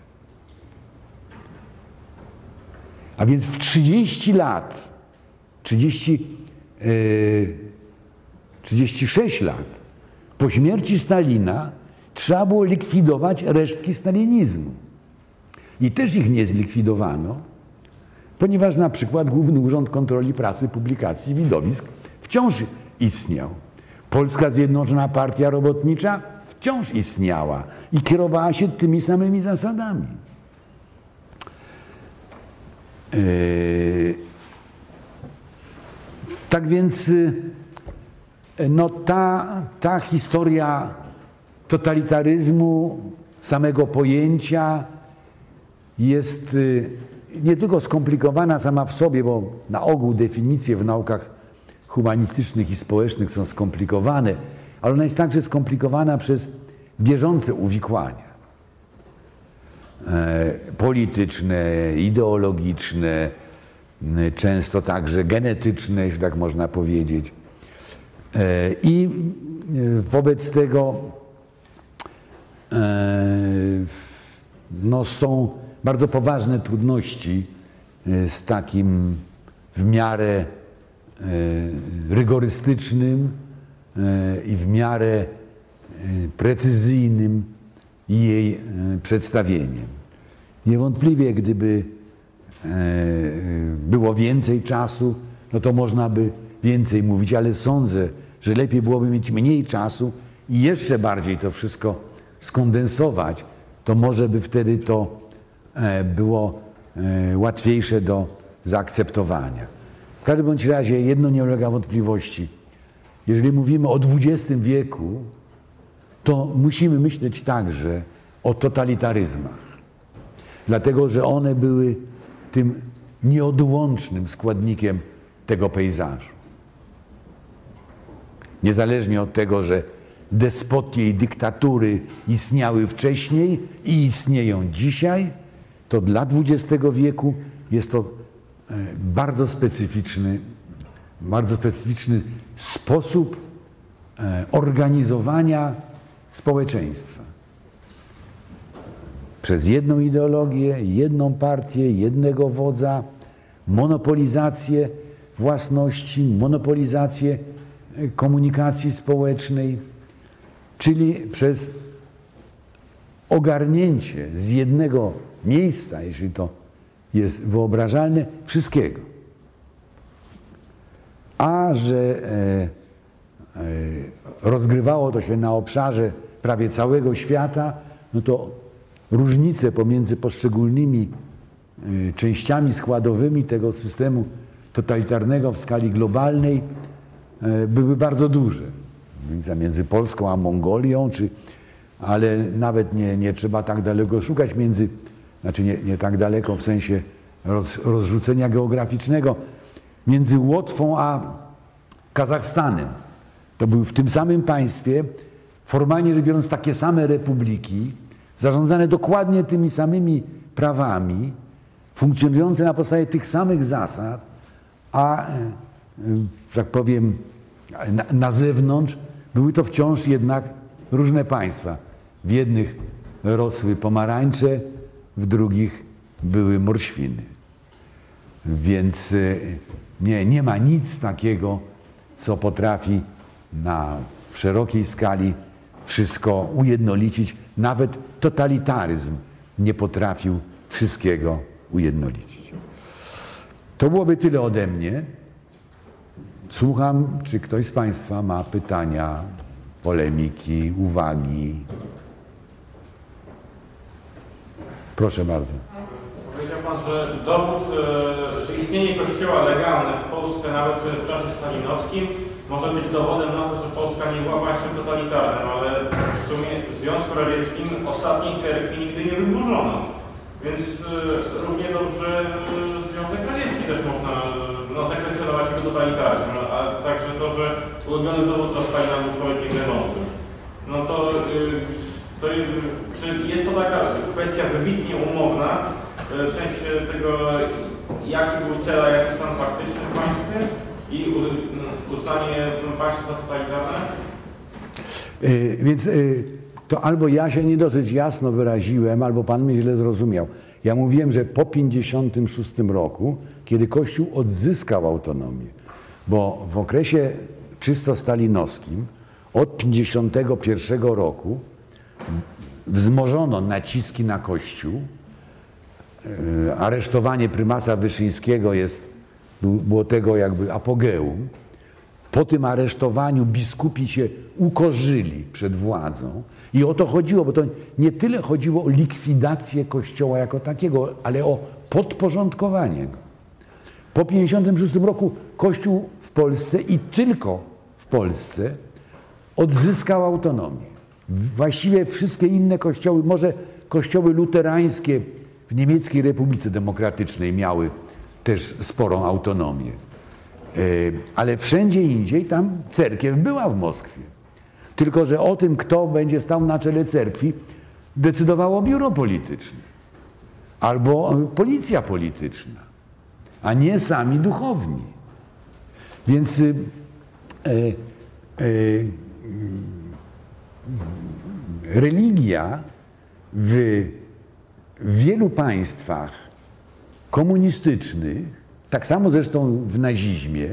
A więc w trzydzieści lat, trzydzieści, yy, trzydzieści sześć lat po śmierci Stalina trzeba było likwidować resztki stalinizmu. I też ich nie zlikwidowano, ponieważ na przykład Główny Urząd Kontroli Pracy, Publikacji i Widowisk wciąż istniał. Polska Zjednoczona Partia Robotnicza wciąż istniała i kierowała się tymi samymi zasadami. Yy, tak więc no ta, ta historia totalitaryzmu, samego pojęcia jest nie tylko skomplikowana sama w sobie, bo na ogół definicje w naukach humanistycznych i społecznych są skomplikowane, ale ona jest także skomplikowana przez bieżące uwikłania e, polityczne, ideologiczne, często także genetyczne, jeśli tak można powiedzieć. E, I wobec tego e, no, są bardzo poważne trudności z takim w miarę rygorystycznym i w miarę precyzyjnym jej przedstawieniem. Niewątpliwie, gdyby było więcej czasu, no to można by więcej mówić, ale sądzę, że lepiej byłoby mieć mniej czasu i jeszcze bardziej to wszystko skondensować, to może by wtedy to było łatwiejsze do zaakceptowania. W każdym bądź razie jedno nie ulega wątpliwości. Jeżeli mówimy o dwudziestym wieku, to musimy myśleć także o totalitaryzmach. Dlatego, że one były tym nieodłącznym składnikiem tego pejzażu. Niezależnie od tego, że despotie i dyktatury istniały wcześniej i istnieją dzisiaj, to dla dwudziestego wieku jest to bardzo specyficzny, bardzo specyficzny sposób organizowania społeczeństwa. Przez jedną ideologię, jedną partię, jednego wodza, monopolizację własności, monopolizację komunikacji społecznej, czyli przez ogarnięcie z jednego miejsca, jeśli to jest wyobrażalne, wszystkiego. A że e, e, rozgrywało to się na obszarze prawie całego świata, no to różnice pomiędzy poszczególnymi e, częściami składowymi tego systemu totalitarnego w skali globalnej e, były bardzo duże. Różnica między Polską a Mongolią, czy, ale nawet nie, nie trzeba tak daleko szukać między, znaczy nie, nie tak daleko w sensie roz, rozrzucenia geograficznego. między Łotwą a Kazachstanem. To były w tym samym państwie, formalnie rzecz biorąc, takie same republiki, zarządzane dokładnie tymi samymi prawami, funkcjonujące na podstawie tych samych zasad, a, że tak powiem, na, na zewnątrz były to wciąż jednak różne państwa. W jednych rosły pomarańcze, w drugich były morświny. Więc nie, nie ma nic takiego, co potrafi na w szerokiej skali wszystko ujednolicić. Nawet totalitaryzm nie potrafił wszystkiego ujednolicić. To byłoby tyle ode mnie. Słucham, czy ktoś z Państwa ma pytania, polemiki, uwagi. Proszę bardzo. Powiedział Pan, że dowód, że istnienie kościoła legalne w Polsce nawet w czasie stalinowskim może być dowodem na to, że Polska nie była państwem totalitarnym, ale w sumie w Związku Radzieckim ostatniej cerkwi nigdy nie wyburzono. Więc równie dobrze Związek Radziecki też można no, zakwestionować jako totalitarny, a także to, że ulubiony dowódca Stalina był człowiekiem wierzącym. No to, to czy jest to taka kwestia wybitnie umowna, w sensie tego, jaki był cel, a jaki stan faktyczny w państwie i uznanie państwa za totalitarne? Yy, więc yy, to albo ja się nie dosyć jasno wyraziłem, albo Pan mnie źle zrozumiał. Ja mówiłem, że po pięćdziesiątym szóstym roku, kiedy Kościół odzyskał autonomię, bo w okresie czysto stalinowskim od pięćdziesiątego pierwszego roku wzmożono naciski na Kościół. Aresztowanie prymasa Wyszyńskiego jest, było tego jakby apogeum. Po tym aresztowaniu biskupi się ukorzyli przed władzą i o to chodziło, bo to nie tyle chodziło o likwidację Kościoła jako takiego, ale o podporządkowanie go. Po pięćdziesiątym szóstym roku Kościół w Polsce i tylko w Polsce odzyskał autonomię. Właściwie wszystkie inne kościoły, może kościoły luterańskie w Niemieckiej Republice Demokratycznej miały też sporą autonomię. Ale wszędzie indziej tam cerkiew była w Moskwie. Tylko że o tym, kto będzie stał na czele cerkwi, decydowało biuro polityczne albo policja polityczna, a nie sami duchowni. Więc e, e, religia w w wielu państwach komunistycznych, tak samo zresztą w nazizmie,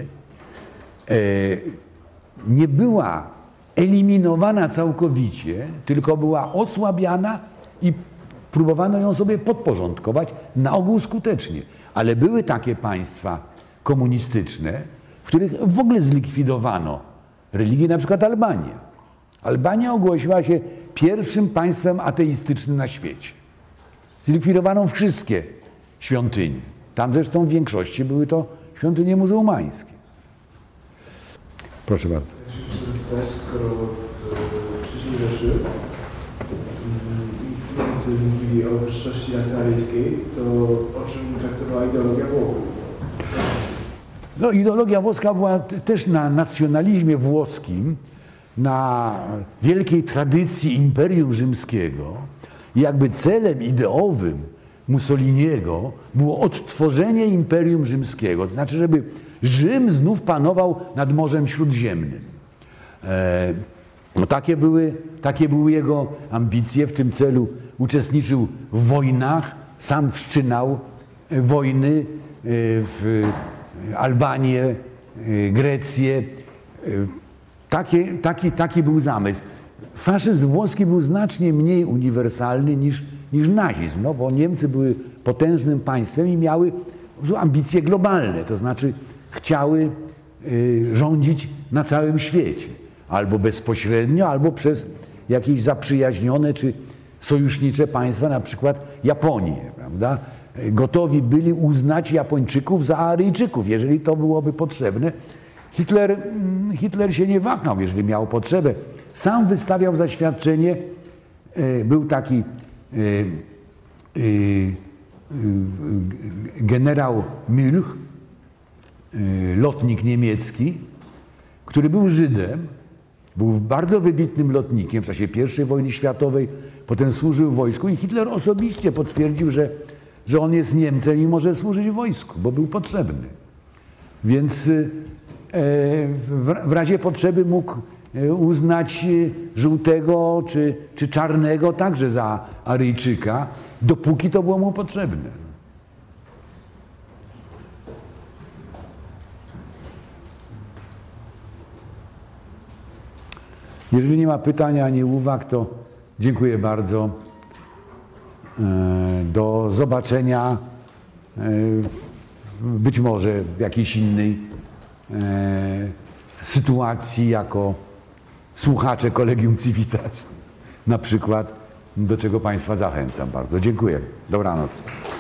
nie była eliminowana całkowicie, tylko była osłabiana i próbowano ją sobie podporządkować, na ogół skutecznie. Ale były takie państwa komunistyczne, w których w ogóle zlikwidowano religię, na przykład Albanię. Albania ogłosiła się pierwszym państwem ateistycznym na świecie. Zlikwidowano wszystkie świątynie. Tam zresztą w większości były to świątynie muzułmańskie. Proszę bardzo. Też skoro w III Rzeszy Niemcy mówili o wyższości rasy aryjskiej, to o czym traktowała ideologia Włochów? No, ideologia włoska była też na nacjonalizmie włoskim, na wielkiej tradycji Imperium Rzymskiego. I jakby celem ideowym Mussoliniego było odtworzenie Imperium Rzymskiego. To znaczy, żeby Rzym znów panował nad Morzem Śródziemnym. E, no takie były, takie były jego ambicje. W tym celu uczestniczył w wojnach, sam wszczynał wojny w Albanię, Grecję. Taki, taki, taki był zamysł. Faszyzm włoski był znacznie mniej uniwersalny niż, niż nazizm, no bo Niemcy były potężnym państwem i miały ambicje globalne, to znaczy chciały y, rządzić na całym świecie. Albo bezpośrednio, albo przez jakieś zaprzyjaźnione czy sojusznicze państwa, na przykład Japonię, prawda? Gotowi byli uznać Japończyków za Aryjczyków, jeżeli to byłoby potrzebne. Hitler, Hitler się nie wahał, jeżeli miał potrzebę. Sam wystawiał zaświadczenie, był taki generał Milch, y, lotnik niemiecki, który był Żydem, był bardzo wybitnym lotnikiem w czasie pierwszej wojny światowej, potem służył w wojsku i Hitler osobiście potwierdził, że, że on jest Niemcem i może służyć w wojsku, bo był potrzebny. Więc y, w, w razie potrzeby mógł uznać żółtego czy, czy czarnego także za Aryjczyka, dopóki to było mu potrzebne. Jeżeli nie ma pytań ani uwag, to dziękuję bardzo. Do zobaczenia być może w jakiejś innej sytuacji jako słuchacze Collegium Civitas na przykład, do czego Państwa zachęcam bardzo. Dziękuję. Dobranoc.